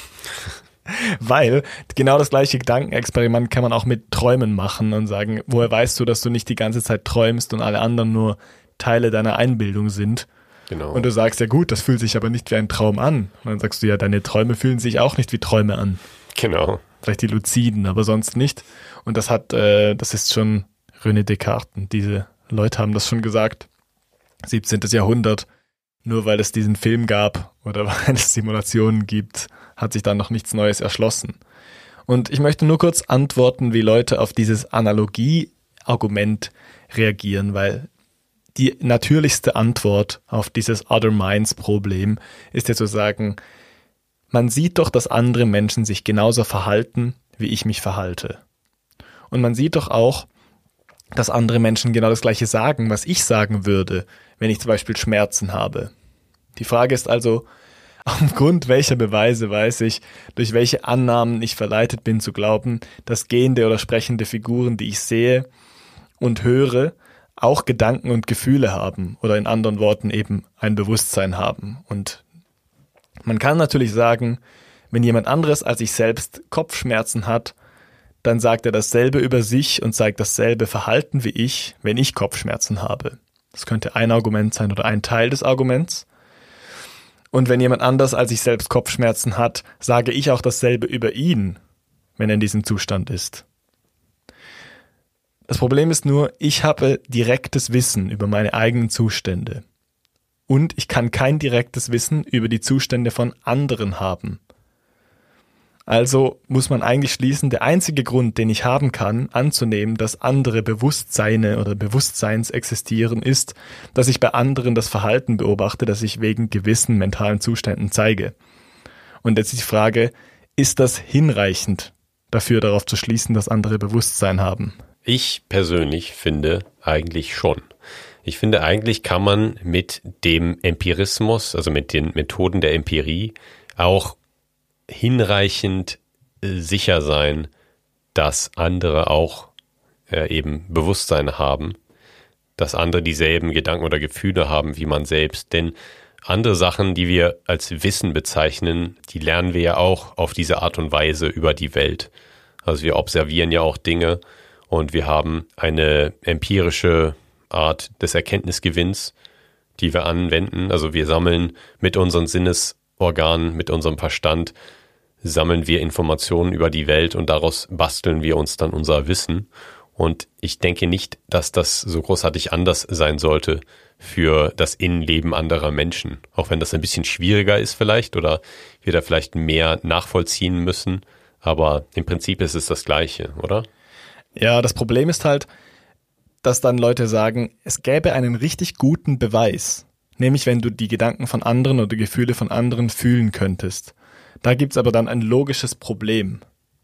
Weil genau das gleiche Gedankenexperiment kann man auch mit Träumen machen und sagen, woher weißt du, dass du nicht die ganze Zeit träumst und alle anderen nur Teile deiner Einbildung sind? Genau. Und du sagst, ja gut, das fühlt sich aber nicht wie ein Traum an. Und dann sagst du, ja, deine Träume fühlen sich auch nicht wie Träume an. Genau. Vielleicht die Luziden, aber sonst nicht. Und das ist schon René Descartes. Diese Leute haben das schon gesagt. 17. Jahrhundert. Nur weil es diesen Film gab oder weil es Simulationen gibt, hat sich dann noch nichts Neues erschlossen. Und ich möchte nur kurz antworten, wie Leute auf dieses Analogie-Argument reagieren, weil die natürlichste Antwort auf dieses Other Minds-Problem ist ja zu sagen, man sieht doch, dass andere Menschen sich genauso verhalten, wie ich mich verhalte. Und man sieht doch auch, dass andere Menschen genau das Gleiche sagen, was ich sagen würde, wenn ich zum Beispiel Schmerzen habe. Die Frage ist also, aufgrund welcher Beweise weiß ich, durch welche Annahmen ich verleitet bin zu glauben, dass gehende oder sprechende Figuren, die ich sehe und höre, auch Gedanken und Gefühle haben oder in anderen Worten eben ein Bewusstsein haben. Und Man kann natürlich sagen, wenn jemand anderes als ich selbst Kopfschmerzen hat, dann sagt er dasselbe über sich und zeigt dasselbe Verhalten wie ich, wenn ich Kopfschmerzen habe. Das könnte ein Argument sein oder ein Teil des Arguments. Und wenn jemand anders als ich selbst Kopfschmerzen hat, sage ich auch dasselbe über ihn, wenn er in diesem Zustand ist. Das Problem ist nur, ich habe direktes Wissen über meine eigenen Zustände. Und ich kann kein direktes Wissen über die Zustände von anderen haben. Also muss man eigentlich schließen, der einzige Grund, den ich haben kann, anzunehmen, dass andere Bewusstseine oder Bewusstseins existieren, ist, dass ich bei anderen das Verhalten beobachte, das ich wegen gewissen mentalen Zuständen zeige. Und jetzt ist die Frage, ist das hinreichend dafür, darauf zu schließen, dass andere Bewusstsein haben? Ich persönlich finde eigentlich schon. Ich finde, eigentlich kann man mit dem Empirismus, also mit den Methoden der Empirie, auch hinreichend sicher sein, dass andere auch eben Bewusstsein haben, dass andere dieselben Gedanken oder Gefühle haben wie man selbst. Denn andere Sachen, die wir als Wissen bezeichnen, die lernen wir ja auch auf diese Art und Weise über die Welt. Also wir observieren ja auch Dinge und wir haben eine empirische Art des Erkenntnisgewinns, die wir anwenden. Also wir sammeln mit unseren Sinnesorganen, mit unserem Verstand, sammeln wir Informationen über die Welt und daraus basteln wir uns dann unser Wissen. Und ich denke nicht, dass das so großartig anders sein sollte für das Innenleben anderer Menschen. Auch wenn das ein bisschen schwieriger ist vielleicht oder wir da vielleicht mehr nachvollziehen müssen. Aber im Prinzip ist es das Gleiche, oder? Ja, das Problem ist halt, dass dann Leute sagen, es gäbe einen richtig guten Beweis. Nämlich, wenn du die Gedanken von anderen oder die Gefühle von anderen fühlen könntest. Da gibt's aber dann ein logisches Problem.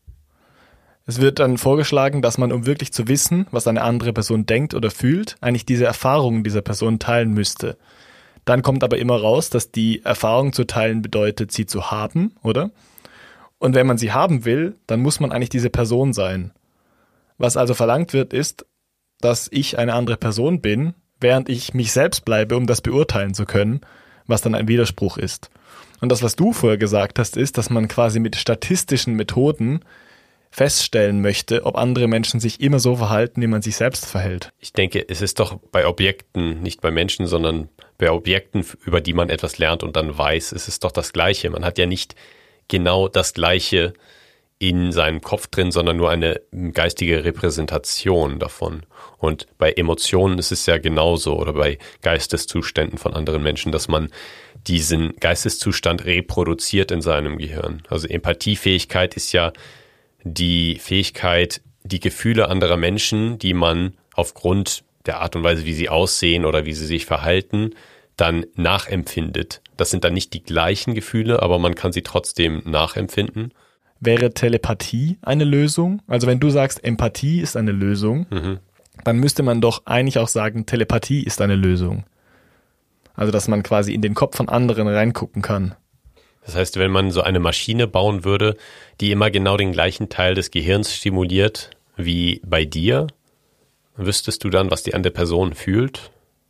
Es wird dann vorgeschlagen, dass man, um wirklich zu wissen, was eine andere Person denkt oder fühlt, eigentlich diese Erfahrungen dieser Person teilen müsste. Dann kommt aber immer raus, dass die Erfahrung zu teilen bedeutet, sie zu haben, oder? Und wenn man sie haben will, dann muss man eigentlich diese Person sein. Was also verlangt wird, ist, dass ich eine andere Person bin, während ich mich selbst bleibe, um das beurteilen zu können, was dann ein Widerspruch ist. Und das, was du vorher gesagt hast, ist, dass man quasi mit statistischen Methoden feststellen möchte, ob andere Menschen sich immer so verhalten, wie man sich selbst verhält. Ich denke, es ist doch bei Objekten, nicht bei Menschen, sondern bei Objekten, über die man etwas lernt und dann weiß, es ist doch das Gleiche. Man hat ja nicht genau das Gleiche in seinem Kopf drin, sondern nur eine geistige Repräsentation davon. Und bei Emotionen ist es ja genauso oder bei Geisteszuständen von anderen Menschen, dass man diesen Geisteszustand reproduziert in seinem Gehirn. Also Empathiefähigkeit ist ja die Fähigkeit, die Gefühle anderer Menschen, die man aufgrund der Art und Weise, wie sie aussehen oder wie sie sich verhalten, dann nachempfindet. Das sind dann nicht die gleichen Gefühle, aber man kann sie trotzdem nachempfinden. Wäre Telepathie eine Lösung? Also wenn du sagst, Empathie ist eine Lösung, dann müsste man doch eigentlich auch sagen, Telepathie ist eine Lösung. Also dass man quasi in den Kopf von anderen reingucken kann. Das heißt, wenn man so eine Maschine bauen würde, die immer genau den gleichen Teil des Gehirns stimuliert wie bei dir, wüsstest du dann, was die andere Person fühlt?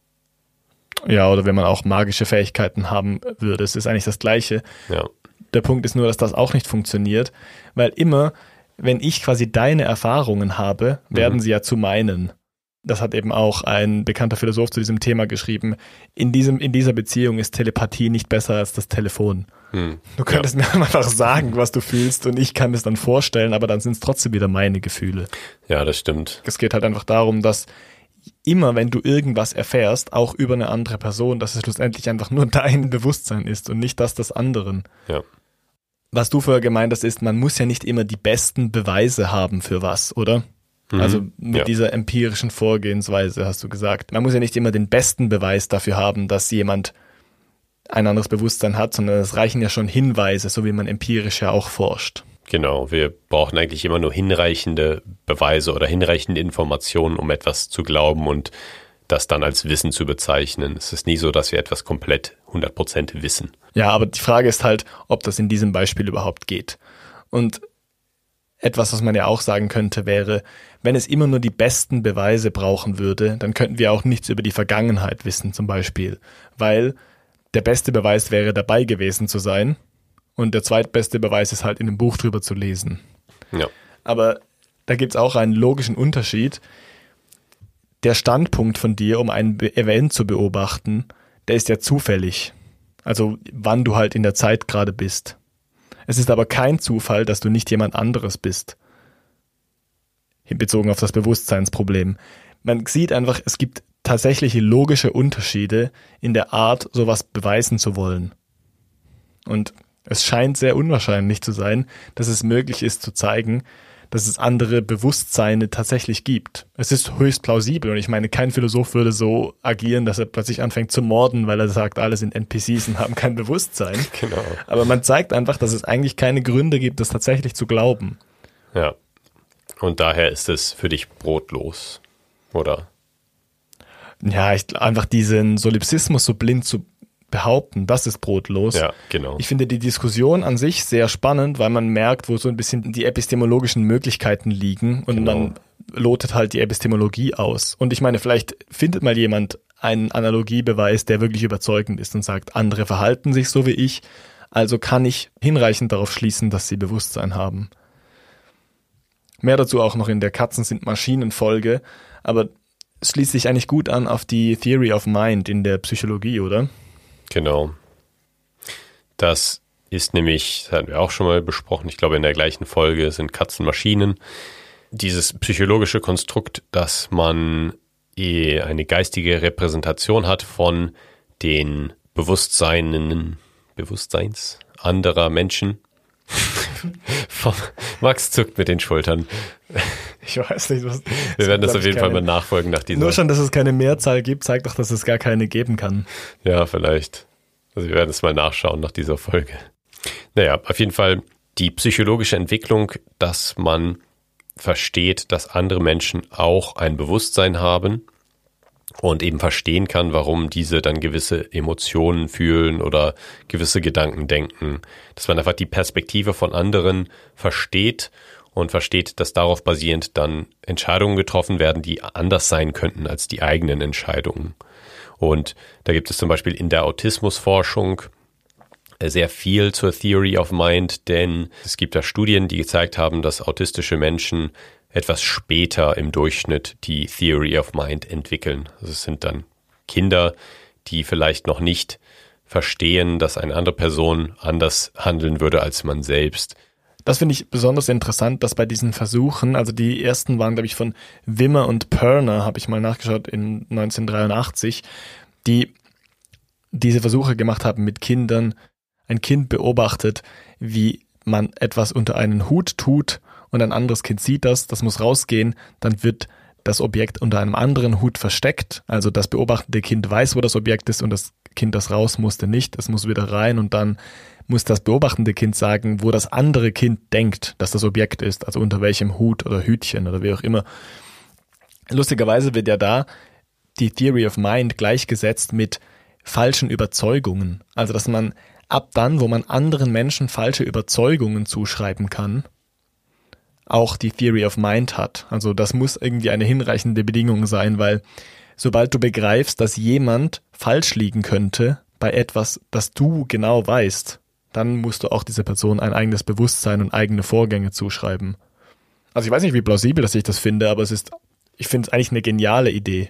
Ja, oder wenn man auch magische Fähigkeiten haben würde, es ist eigentlich das Gleiche. Ja. Der Punkt ist nur, dass das auch nicht funktioniert, weil immer, wenn ich quasi deine Erfahrungen habe, werden sie ja zu meinen. Das hat eben auch ein bekannter Philosoph zu diesem Thema geschrieben. In dieser Beziehung ist Telepathie nicht besser als das Telefon. Du könntest mir einfach sagen, was du fühlst und ich kann es dann vorstellen, aber dann sind es trotzdem wieder meine Gefühle. Ja, das stimmt. Es geht halt einfach darum, dass immer, wenn du irgendwas erfährst, auch über eine andere Person, dass es schlussendlich einfach nur dein Bewusstsein ist und nicht das des anderen. Ja. Was du vorher gemeint hast, ist, man muss ja nicht immer die besten Beweise haben für was, oder? Also mit dieser empirischen Vorgehensweise hast du gesagt. Man muss ja nicht immer den besten Beweis dafür haben, dass jemand ein anderes Bewusstsein hat, sondern es reichen ja schon Hinweise, so wie man empirisch ja auch forscht. Genau, wir brauchen eigentlich immer nur hinreichende Beweise oder hinreichende Informationen, um etwas zu glauben und das dann als Wissen zu bezeichnen. Es ist nie so, dass wir etwas komplett 100% wissen. Ja, aber die Frage ist halt, ob das in diesem Beispiel überhaupt geht. Und etwas, was man ja auch sagen könnte, wäre, wenn es immer nur die besten Beweise brauchen würde, dann könnten wir auch nichts über die Vergangenheit wissen zum Beispiel, weil der beste Beweis wäre, dabei gewesen zu sein. Und der zweitbeste Beweis ist halt in einem Buch drüber zu lesen. Ja. Aber da gibt es auch einen logischen Unterschied. Der Standpunkt von dir, um ein Event zu beobachten, der ist ja zufällig. Also wann du halt in der Zeit gerade bist. Es ist aber kein Zufall, dass du nicht jemand anderes bist. Bezogen auf das Bewusstseinsproblem. Man sieht einfach, es gibt tatsächliche logische Unterschiede in der Art, sowas beweisen zu wollen. Und es scheint sehr unwahrscheinlich zu sein, dass es möglich ist zu zeigen, dass es andere Bewusstseine tatsächlich gibt. Es ist höchst plausibel und ich meine, kein Philosoph würde so agieren, dass er plötzlich anfängt zu morden, weil er sagt, alle sind NPCs und haben kein Bewusstsein. Genau. Aber man zeigt einfach, dass es eigentlich keine Gründe gibt, das tatsächlich zu glauben. Ja. Und daher ist es für dich brotlos, oder? Ja, einfach diesen Solipsismus so blind zu behaupten, das ist brotlos. Ja, genau. Ich finde die Diskussion an sich sehr spannend, weil man merkt, wo so ein bisschen die epistemologischen Möglichkeiten liegen und man lotet halt die Epistemologie aus. Und ich meine, vielleicht findet mal jemand einen Analogiebeweis, der wirklich überzeugend ist und sagt, andere verhalten sich so wie ich, also kann ich hinreichend darauf schließen, dass sie Bewusstsein haben. Mehr dazu auch noch in der Katzen sind Maschinen-Folge, aber es schließt sich eigentlich gut an auf die Theory of Mind in der Psychologie, oder? Genau. Das ist nämlich, das hatten wir auch schon mal besprochen, ich glaube in der gleichen Folge sind Katzen Maschinen. Dieses psychologische Konstrukt, dass man eine geistige Repräsentation hat von den Bewusstseins anderer Menschen. Max zuckt mit den Schultern. Ich weiß nicht, was. Wir werden das auf jeden Fall mal nachfolgen nach dieser. Nur schon, dass es keine Mehrzahl gibt, zeigt doch, dass es gar keine geben kann. Ja, vielleicht. Also wir werden es mal nachschauen nach dieser Folge. Naja, auf jeden Fall die psychologische Entwicklung, dass man versteht, dass andere Menschen auch ein Bewusstsein haben und eben verstehen kann, warum diese dann gewisse Emotionen fühlen oder gewisse Gedanken denken. Dass man einfach die Perspektive von anderen versteht und versteht, dass darauf basierend dann Entscheidungen getroffen werden, die anders sein könnten als die eigenen Entscheidungen. Und da gibt es zum Beispiel in der Autismusforschung sehr viel zur Theory of Mind, denn es gibt da Studien, die gezeigt haben, dass autistische Menschen etwas später im Durchschnitt die Theory of Mind entwickeln. Also es sind dann Kinder, die vielleicht noch nicht verstehen, dass eine andere Person anders handeln würde als man selbst. Das finde ich besonders interessant, dass bei diesen Versuchen, also die ersten waren, glaube ich, von Wimmer und Perner, habe ich mal nachgeschaut, in 1983, die diese Versuche gemacht haben mit Kindern. Ein Kind beobachtet, wie man etwas unter einen Hut tut und ein anderes Kind sieht das muss rausgehen, dann wird das Objekt unter einem anderen Hut versteckt. Also das beobachtende Kind weiß, wo das Objekt ist und das Kind, das raus musste, nicht. Es muss wieder rein und dann muss das beobachtende Kind sagen, wo das andere Kind denkt, dass das Objekt ist, also unter welchem Hut oder Hütchen oder wie auch immer. Lustigerweise wird ja da die Theory of Mind gleichgesetzt mit falschen Überzeugungen. Also dass man ab dann, wo man anderen Menschen falsche Überzeugungen zuschreiben kann, auch die Theory of Mind hat. Also das muss irgendwie eine hinreichende Bedingung sein, weil sobald du begreifst, dass jemand falsch liegen könnte bei etwas, das du genau weißt, dann musst du auch dieser Person ein eigenes Bewusstsein und eigene Vorgänge zuschreiben. Also ich weiß nicht, wie plausibel dass ich das finde, aber ich finde es eigentlich eine geniale Idee.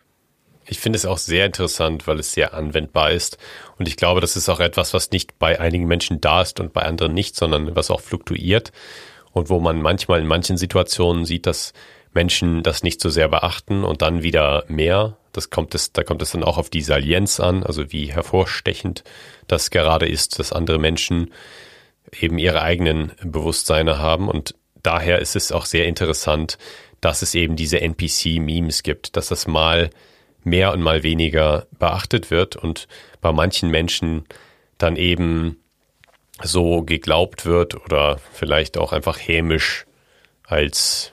Ich finde es auch sehr interessant, weil es sehr anwendbar ist. Und ich glaube, das ist auch etwas, was nicht bei einigen Menschen da ist und bei anderen nicht, sondern was auch fluktuiert. Und wo man manchmal in manchen Situationen sieht, dass Menschen das nicht so sehr beachten und dann wieder mehr. Da kommt es dann auch auf die Salienz an, also wie hervorstechend das gerade ist, dass andere Menschen eben ihre eigenen Bewusstseine haben. Und daher ist es auch sehr interessant, dass es eben diese NPC-Memes gibt, dass das mal mehr und mal weniger beachtet wird und bei manchen Menschen dann eben so geglaubt wird oder vielleicht auch einfach hämisch als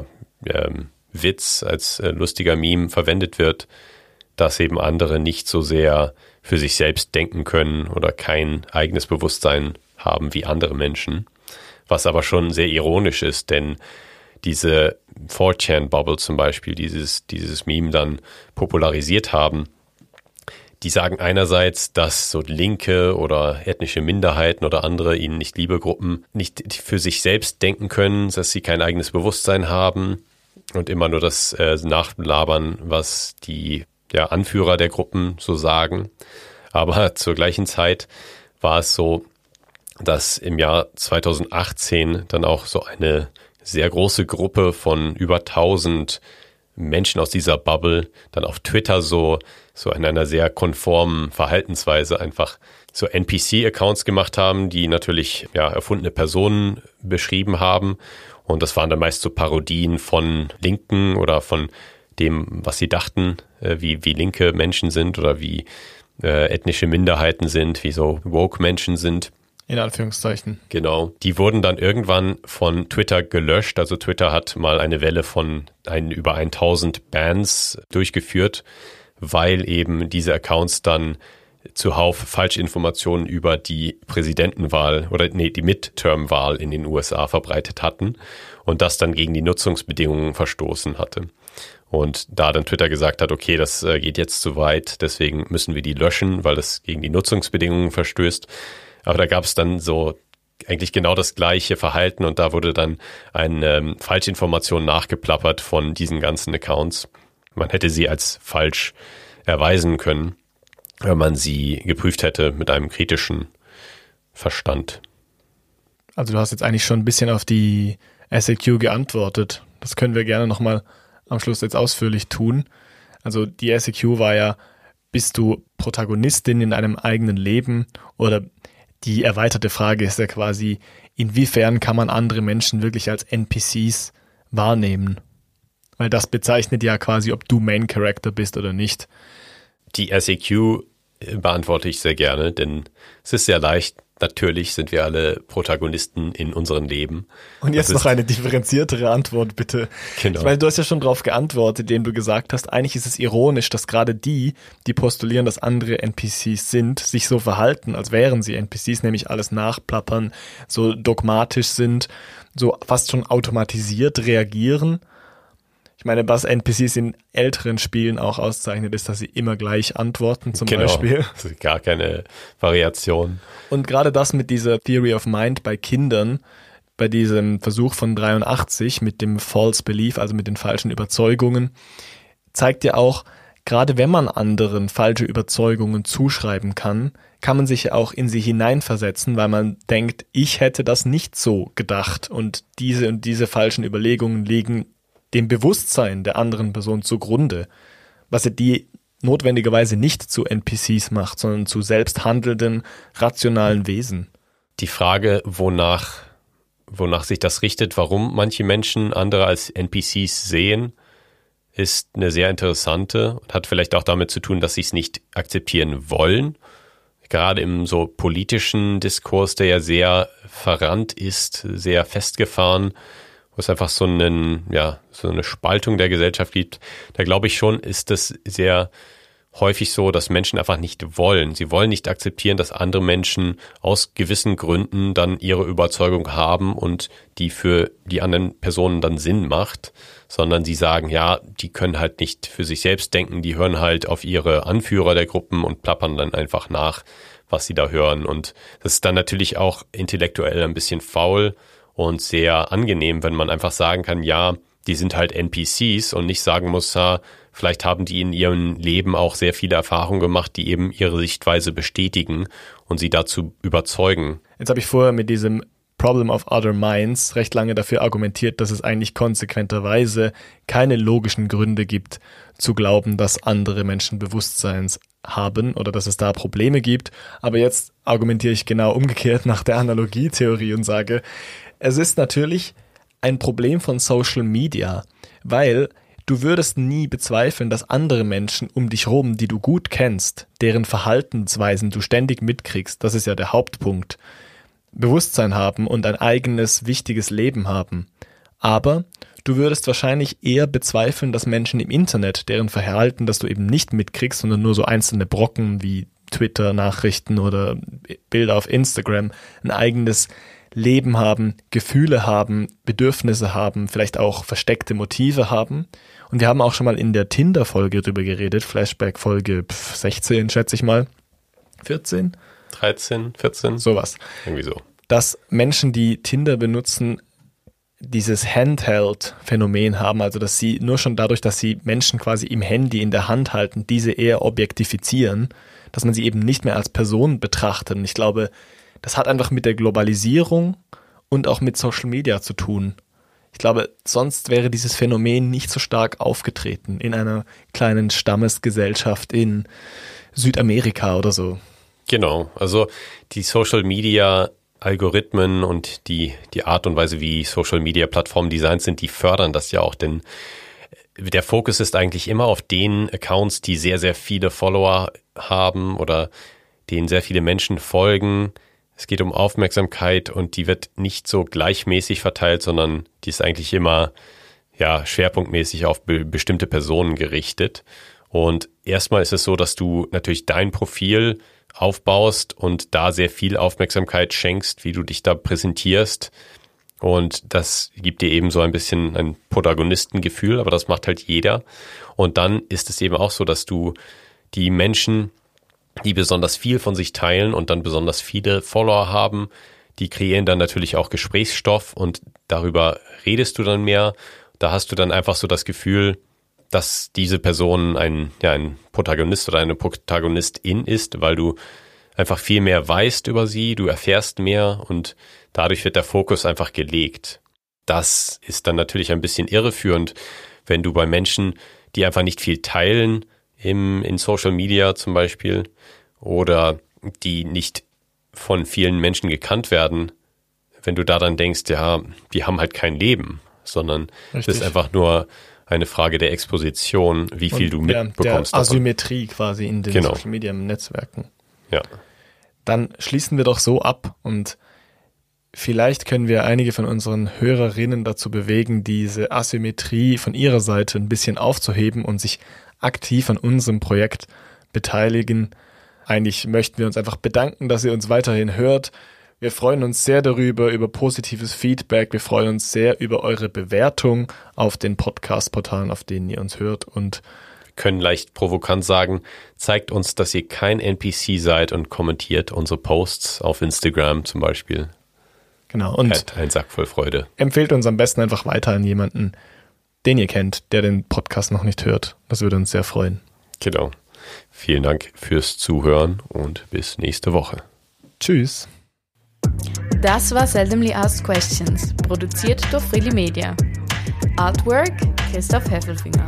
Witz, als lustiger Meme verwendet wird, dass eben andere nicht so sehr für sich selbst denken können oder kein eigenes Bewusstsein haben wie andere Menschen, was aber schon sehr ironisch ist, denn diese 4chan-Bubble zum Beispiel, dieses Meme dann popularisiert haben, Die sagen einerseits, dass so linke oder ethnische Minderheiten oder andere ihnen nicht liebe Gruppen nicht für sich selbst denken können, dass sie kein eigenes Bewusstsein haben und immer nur das nachlabern, was die Anführer der Gruppen so sagen. Aber zur gleichen Zeit war es so, dass im Jahr 2018 dann auch so eine sehr große Gruppe von über 1000 Menschen aus dieser Bubble dann auf Twitter so in einer sehr konformen Verhaltensweise einfach so NPC-Accounts gemacht haben, die natürlich erfundene Personen beschrieben haben. Und das waren dann meist so Parodien von Linken oder von dem, was sie dachten, wie linke Menschen sind oder wie ethnische Minderheiten sind, wie so Woke-Menschen sind. In Anführungszeichen. Genau. Die wurden dann irgendwann von Twitter gelöscht. Also Twitter hat mal eine Welle von über 1000 Bans durchgeführt, weil eben diese Accounts dann zuhauf Falschinformationen über die Präsidentenwahl die Midterm-Wahl in den USA verbreitet hatten und das dann gegen die Nutzungsbedingungen verstoßen hatte. Und da dann Twitter gesagt hat, okay, das geht jetzt zu weit, deswegen müssen wir die löschen, weil das gegen die Nutzungsbedingungen verstößt. Aber da gab es dann so eigentlich genau das gleiche Verhalten und da wurde dann eine Falschinformation nachgeplappert von diesen ganzen Accounts. Man hätte sie als falsch erweisen können, wenn man sie geprüft hätte mit einem kritischen Verstand. Also du hast jetzt eigentlich schon ein bisschen auf die SAQ geantwortet. Das können wir gerne nochmal am Schluss jetzt ausführlich tun. Also die SAQ war ja, bist du Protagonistin in einem eigenen Leben? Oder die erweiterte Frage ist ja quasi, inwiefern kann man andere Menschen wirklich als NPCs wahrnehmen? Weil das bezeichnet ja quasi, ob du Main Character bist oder nicht. Die SAQ beantworte ich sehr gerne, denn es ist sehr leicht. Natürlich sind wir alle Protagonisten in unserem Leben. Und jetzt noch eine differenziertere Antwort, bitte. Genau. Ich meine, du hast ja schon darauf geantwortet, indem du gesagt hast, eigentlich ist es ironisch, dass gerade die postulieren, dass andere NPCs sind, sich so verhalten, als wären sie NPCs, nämlich alles nachplappern, so dogmatisch sind, so fast schon automatisiert reagieren. Ich meine, was NPCs in älteren Spielen auch auszeichnet, ist, dass sie immer gleich antworten, zum Beispiel. Also gar keine Variation. Und gerade das mit dieser Theory of Mind bei Kindern, bei diesem Versuch von 83 mit dem False Belief, also mit den falschen Überzeugungen, zeigt ja auch, gerade wenn man anderen falsche Überzeugungen zuschreiben kann, kann man sich ja auch in sie hineinversetzen, weil man denkt, ich hätte das nicht so gedacht und diese falschen Überlegungen liegen dem Bewusstsein der anderen Person zugrunde, was ja die notwendigerweise nicht zu NPCs macht, sondern zu selbst handelnden, rationalen Wesen. Die Frage, wonach sich das richtet, warum manche Menschen andere als NPCs sehen, ist eine sehr interessante und hat vielleicht auch damit zu tun, dass sie es nicht akzeptieren wollen. Gerade im so politischen Diskurs, der ja sehr verrannt ist, sehr festgefahren, wo es einfach so eine Spaltung der Gesellschaft gibt, da glaube ich schon, ist das sehr häufig so, dass Menschen einfach nicht wollen. Sie wollen nicht akzeptieren, dass andere Menschen aus gewissen Gründen dann ihre Überzeugung haben und die für die anderen Personen dann Sinn macht, sondern sie sagen, ja, die können halt nicht für sich selbst denken, die hören halt auf ihre Anführer der Gruppen und plappern dann einfach nach, was sie da hören. Und das ist dann natürlich auch intellektuell ein bisschen faul und sehr angenehm, wenn man einfach sagen kann, ja, die sind halt NPCs und nicht sagen muss, vielleicht haben die in ihrem Leben auch sehr viele Erfahrungen gemacht, die eben ihre Sichtweise bestätigen und sie dazu überzeugen. Jetzt habe ich vorher mit diesem Problem of Other Minds recht lange dafür argumentiert, dass es eigentlich konsequenterweise keine logischen Gründe gibt, zu glauben, dass andere Menschen Bewusstseins haben oder dass es da Probleme gibt. Aber jetzt argumentiere ich genau umgekehrt nach der Analogietheorie und sage, es ist natürlich ein Problem von Social Media, weil du würdest nie bezweifeln, dass andere Menschen um dich rum, die du gut kennst, deren Verhaltensweisen du ständig mitkriegst, das ist ja der Hauptpunkt, Bewusstsein haben und ein eigenes, wichtiges Leben haben. Aber du würdest wahrscheinlich eher bezweifeln, dass Menschen im Internet, deren Verhalten, das du eben nicht mitkriegst, sondern nur so einzelne Brocken wie Twitter-Nachrichten oder Bilder auf Instagram, ein eigenes Leben haben, Gefühle haben, Bedürfnisse haben, vielleicht auch versteckte Motive haben Und wir haben auch schon mal in der Tinder-Folge drüber geredet, Flashback-Folge 16, schätze ich mal. 14? 13, 14? Sowas. Irgendwie so. Dass Menschen, die Tinder benutzen, dieses Handheld-Phänomen haben, also dass sie nur schon dadurch, dass sie Menschen quasi im Handy in der Hand halten, diese eher objektifizieren, dass man sie eben nicht mehr als Person betrachtet. Und ich glaube, das hat einfach mit der Globalisierung und auch mit Social Media zu tun. Ich glaube, sonst wäre dieses Phänomen nicht so stark aufgetreten in einer kleinen Stammesgesellschaft in Südamerika oder so. Genau, also die Social Media Algorithmen und die Art und Weise, wie Social Media Plattformen designt sind, die fördern das ja auch, denn der Fokus ist eigentlich immer auf den Accounts, die sehr, sehr viele Follower haben oder denen sehr viele Menschen folgen. Es geht um Aufmerksamkeit und die wird nicht so gleichmäßig verteilt, sondern die ist eigentlich immer schwerpunktmäßig auf bestimmte Personen gerichtet. Und erstmal ist es so, dass du natürlich dein Profil aufbaust und da sehr viel Aufmerksamkeit schenkst, wie du dich da präsentierst. Und das gibt dir eben so ein bisschen ein Protagonistengefühl, aber das macht halt jeder. Und dann ist es eben auch so, dass du die Menschen, die besonders viel von sich teilen und dann besonders viele Follower haben, die kreieren dann natürlich auch Gesprächsstoff und darüber redest du dann mehr. Da hast du dann einfach so das Gefühl, dass diese Person ein Protagonist oder eine Protagonistin ist, weil du einfach viel mehr weißt über sie, du erfährst mehr und dadurch wird der Fokus einfach gelegt. Das ist dann natürlich ein bisschen irreführend, wenn du bei Menschen, die einfach nicht viel teilen, in Social Media zum Beispiel, oder die nicht von vielen Menschen gekannt werden, wenn du da dann denkst, ja, die haben halt kein Leben, sondern es ist einfach nur eine Frage der Exposition, wie viel du mitbekommst. Der Asymmetrie quasi in den Social Media Netzwerken. Ja. Dann schließen wir doch so ab und vielleicht können wir einige von unseren Hörerinnen dazu bewegen, diese Asymmetrie von ihrer Seite ein bisschen aufzuheben und sich aktiv an unserem Projekt beteiligen. Eigentlich möchten wir uns einfach bedanken, dass ihr uns weiterhin hört. Wir freuen uns sehr darüber, über positives Feedback. Wir freuen uns sehr über eure Bewertung auf den Podcast-Portalen, auf denen ihr uns hört. Und wir können leicht provokant sagen, zeigt uns, dass ihr kein NPC seid und kommentiert unsere Posts auf Instagram zum Beispiel. Genau. Und ein Sack voll Freude. Empfehlt uns am besten einfach weiter an jemanden, den ihr kennt, der den Podcast noch nicht hört. Das würde uns sehr freuen. Genau. Vielen Dank fürs Zuhören und bis nächste Woche. Tschüss. Das war Seldomly Asked Questions, produziert durch Freely Media. Artwork Christoph Heffelfinger.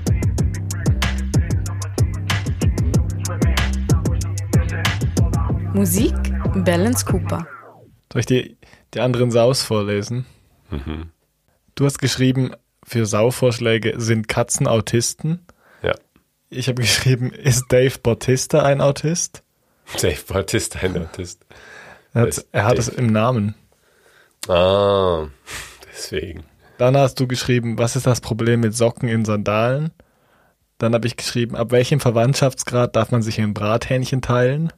Musik Balance Cooper. Soll ich die anderen Saus vorlesen? Mhm. Du hast geschrieben, für Sauvorschläge sind Katzen Autisten. Ja. Ich habe geschrieben, ist Dave Bautista ein Autist? Dave Bautista ein Autist. Er hat es im Namen. Ah, deswegen. Dann hast du geschrieben, was ist das Problem mit Socken in Sandalen? Dann habe ich geschrieben, ab welchem Verwandtschaftsgrad darf man sich ein Brathähnchen teilen?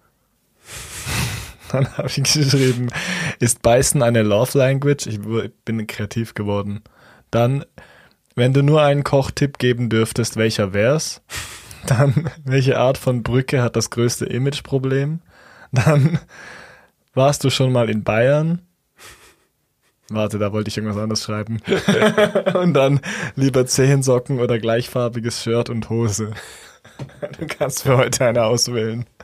Dann habe ich geschrieben, ist Beißen eine Love Language? Ich bin kreativ geworden. Dann, wenn du nur einen Kochtipp geben dürftest, welcher wär's? Dann, welche Art von Brücke hat das größte Imageproblem? Dann, warst du schon mal in Bayern? Warte, da wollte ich irgendwas anderes schreiben. Und dann lieber Zehensocken oder gleichfarbiges Shirt und Hose. Du kannst für heute eine auswählen.